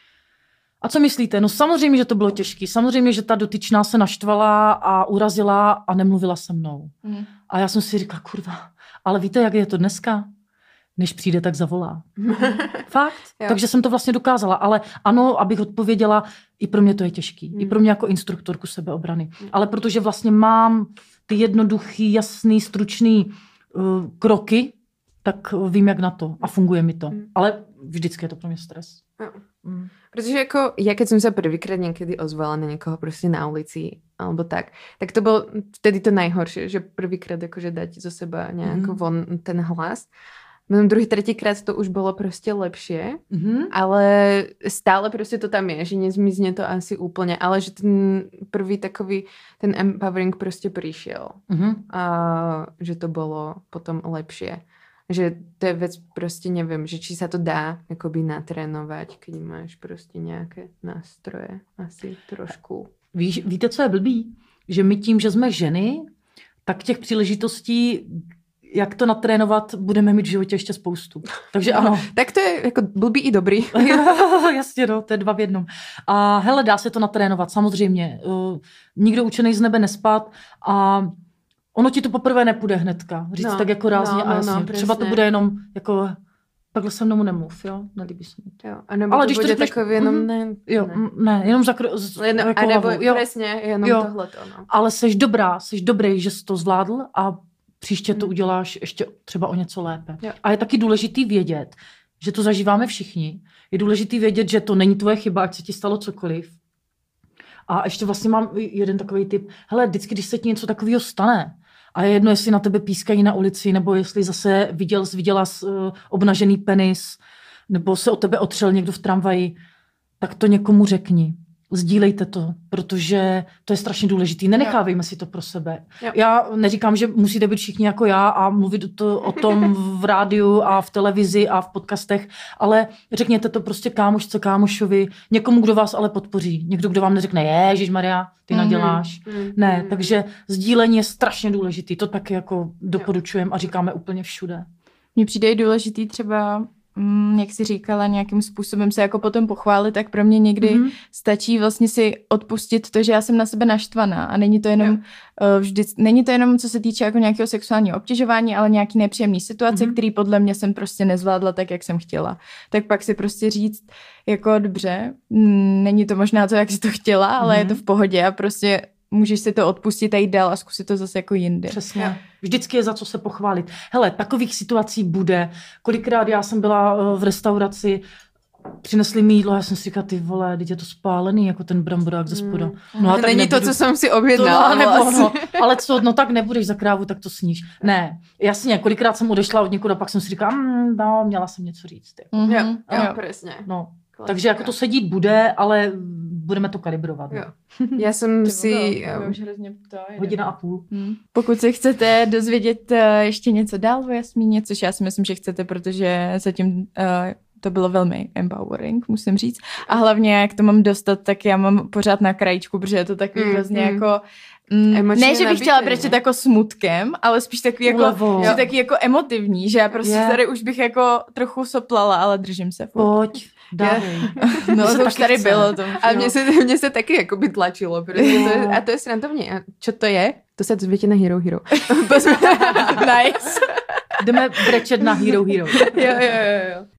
[SPEAKER 2] A co myslíte? No samozřejmě, že to bylo těžký. Samozřejmě, že ta dotyčná se naštvala a urazila a nemluvila se mnou. A já jsem si říkala, kurva, ale víte, jak je to dneska? Než přijde, tak zavolá. Fakt. Takže jsem to vlastně dokázala. Ale ano, abych odpověděla, i pro mě to je těžký. I pro mě jako instruktorku sebeobrany. Ale protože vlastně mám ty jednoduchý, jasný, stručný kroky, tak vím, jak na to. A funguje mi to. Ale vždycky je to pro mě stres.
[SPEAKER 1] Protože jako ja keď som sa prvýkrát niekedy ozvala na niekoho proste na ulici alebo tak to bolo vtedy to najhoršie, že prvýkrát akože dať zo seba nejako von ten hlas. Druhý, tretíkrát to už bolo proste lepšie, ale stále proste to tam je, že nezmizne to asi úplne, ale že ten prvý takový, ten empowering proste prišiel a že to bolo potom lepšie. Že to je vec prostě nevím, že či sa to dá jakoby natrénovať, keď máš prostě nějaké nástroje asi trošku.
[SPEAKER 2] Víte, co je blbý? Že my tím, že jsme ženy, tak těch příležitostí, jak to natrénovat, budeme mít v životě ještě spoustu. Takže ano.
[SPEAKER 1] Tak to je jako blbý i dobrý.
[SPEAKER 2] Jasně, no, to je 2 v 1. A hele, dá se to natrénovat, samozřejmě. Nikdo učený z nebe nespad a ono ti to poprvé nepůjde hnedka. Říct tak jako rázně a jasně. Třeba to bude jenom jako takhle se mnou nemluv, jo? Nelíbí se mi to.
[SPEAKER 1] Jo, a nebo ale to bude takový jenom
[SPEAKER 2] ne, jenom
[SPEAKER 1] a nebo přesně, jenom tohleto. No.
[SPEAKER 2] Ale seš dobrý, že jsi to zvládl a příště to uděláš ještě třeba o něco lépe. Jo. A je taky důležitý vědět, že to zažíváme všichni. Je důležitý vědět, že to není tvoje chyba, ať se ti stalo cokoliv. A ještě vlastně mám jeden takový tip. Hele, vždycky, když se ti něco takového stane, a je jedno, jestli na tebe pískají na ulici, nebo jestli zase viděla obnažený penis, nebo se o tebe otřel někdo v tramvaji, tak to někomu řekni. Sdílejte to, protože to je strašně důležitý. Nenechávejme si to pro sebe. Jo. Já neříkám, že musíte být všichni jako já a mluvit o tom v rádiu a v televizi a v podcastech, ale řekněte to prostě kámošce, kámošovi, někomu, kdo vás ale podpoří. Někdo, kdo vám neřekne, ježišmarja, ty naděláš. Ne, takže sdílení je strašně důležitý. To taky jako doporučujeme a říkáme úplně všude.
[SPEAKER 3] Mně přijde důležitý třeba, jak jsi říkala, nějakým způsobem se jako potom pochválit, tak pro mě někdy stačí vlastně si odpustit to, že já jsem na sebe naštvaná a není to jenom není to jenom co se týče jako nějakého sexuálního obtěžování, ale nějaký nepříjemný situace, který podle mě jsem prostě nezvládla tak, jak jsem chtěla. Tak pak si prostě říct, jako dobře, není to možná to, jak jsi to chtěla, ale je to v pohodě a prostě můžeš si to odpustit a jít dál a zkusit to zase jako jindy.
[SPEAKER 2] Přesně. Vždycky je za co se pochválit. Hele, takových situací bude. Kolikrát já jsem byla v restauraci, přinesli mi jídlo a já jsem si říkala, ty vole, teď je to spálený, jako ten bramborák ze spoda.
[SPEAKER 1] No a není nebudu, to, co jsem si objednala.
[SPEAKER 2] Ale co, no tak nebudeš za krávu, tak to sníš. Ne, jasně, kolikrát jsem odešla od někud a pak jsem si říkala, no, měla jsem něco říct. Jako.
[SPEAKER 1] Jo, přesně.
[SPEAKER 2] No. Takže jako to sedít bude, ale budeme to kalibrovat.
[SPEAKER 1] Jo. Já jsem si...
[SPEAKER 2] Hodina a půl.
[SPEAKER 3] Pokud se chcete dozvědět ještě něco dál o Jasmíně, což já si myslím, že chcete, protože zatím to bylo velmi empowering, musím říct. A hlavně, jak to mám dostat, tak já mám pořád na krajíčku, protože je to takový hrozně jako Ne, že bych chtěla brečet jako smutkem, ale spíš takový jako emotivní, že já prostě tady už bych jako trochu soplala, ale držím se.
[SPEAKER 2] Pojď, dávej.
[SPEAKER 3] No to už tady bylo.
[SPEAKER 1] A mně se taky jako by tlačilo. A to je srandovně. A čo to je? To se dozvíte na Hero Hero.
[SPEAKER 3] Nice.
[SPEAKER 2] Jdeme brečet na Hero Hero.
[SPEAKER 1] Jo.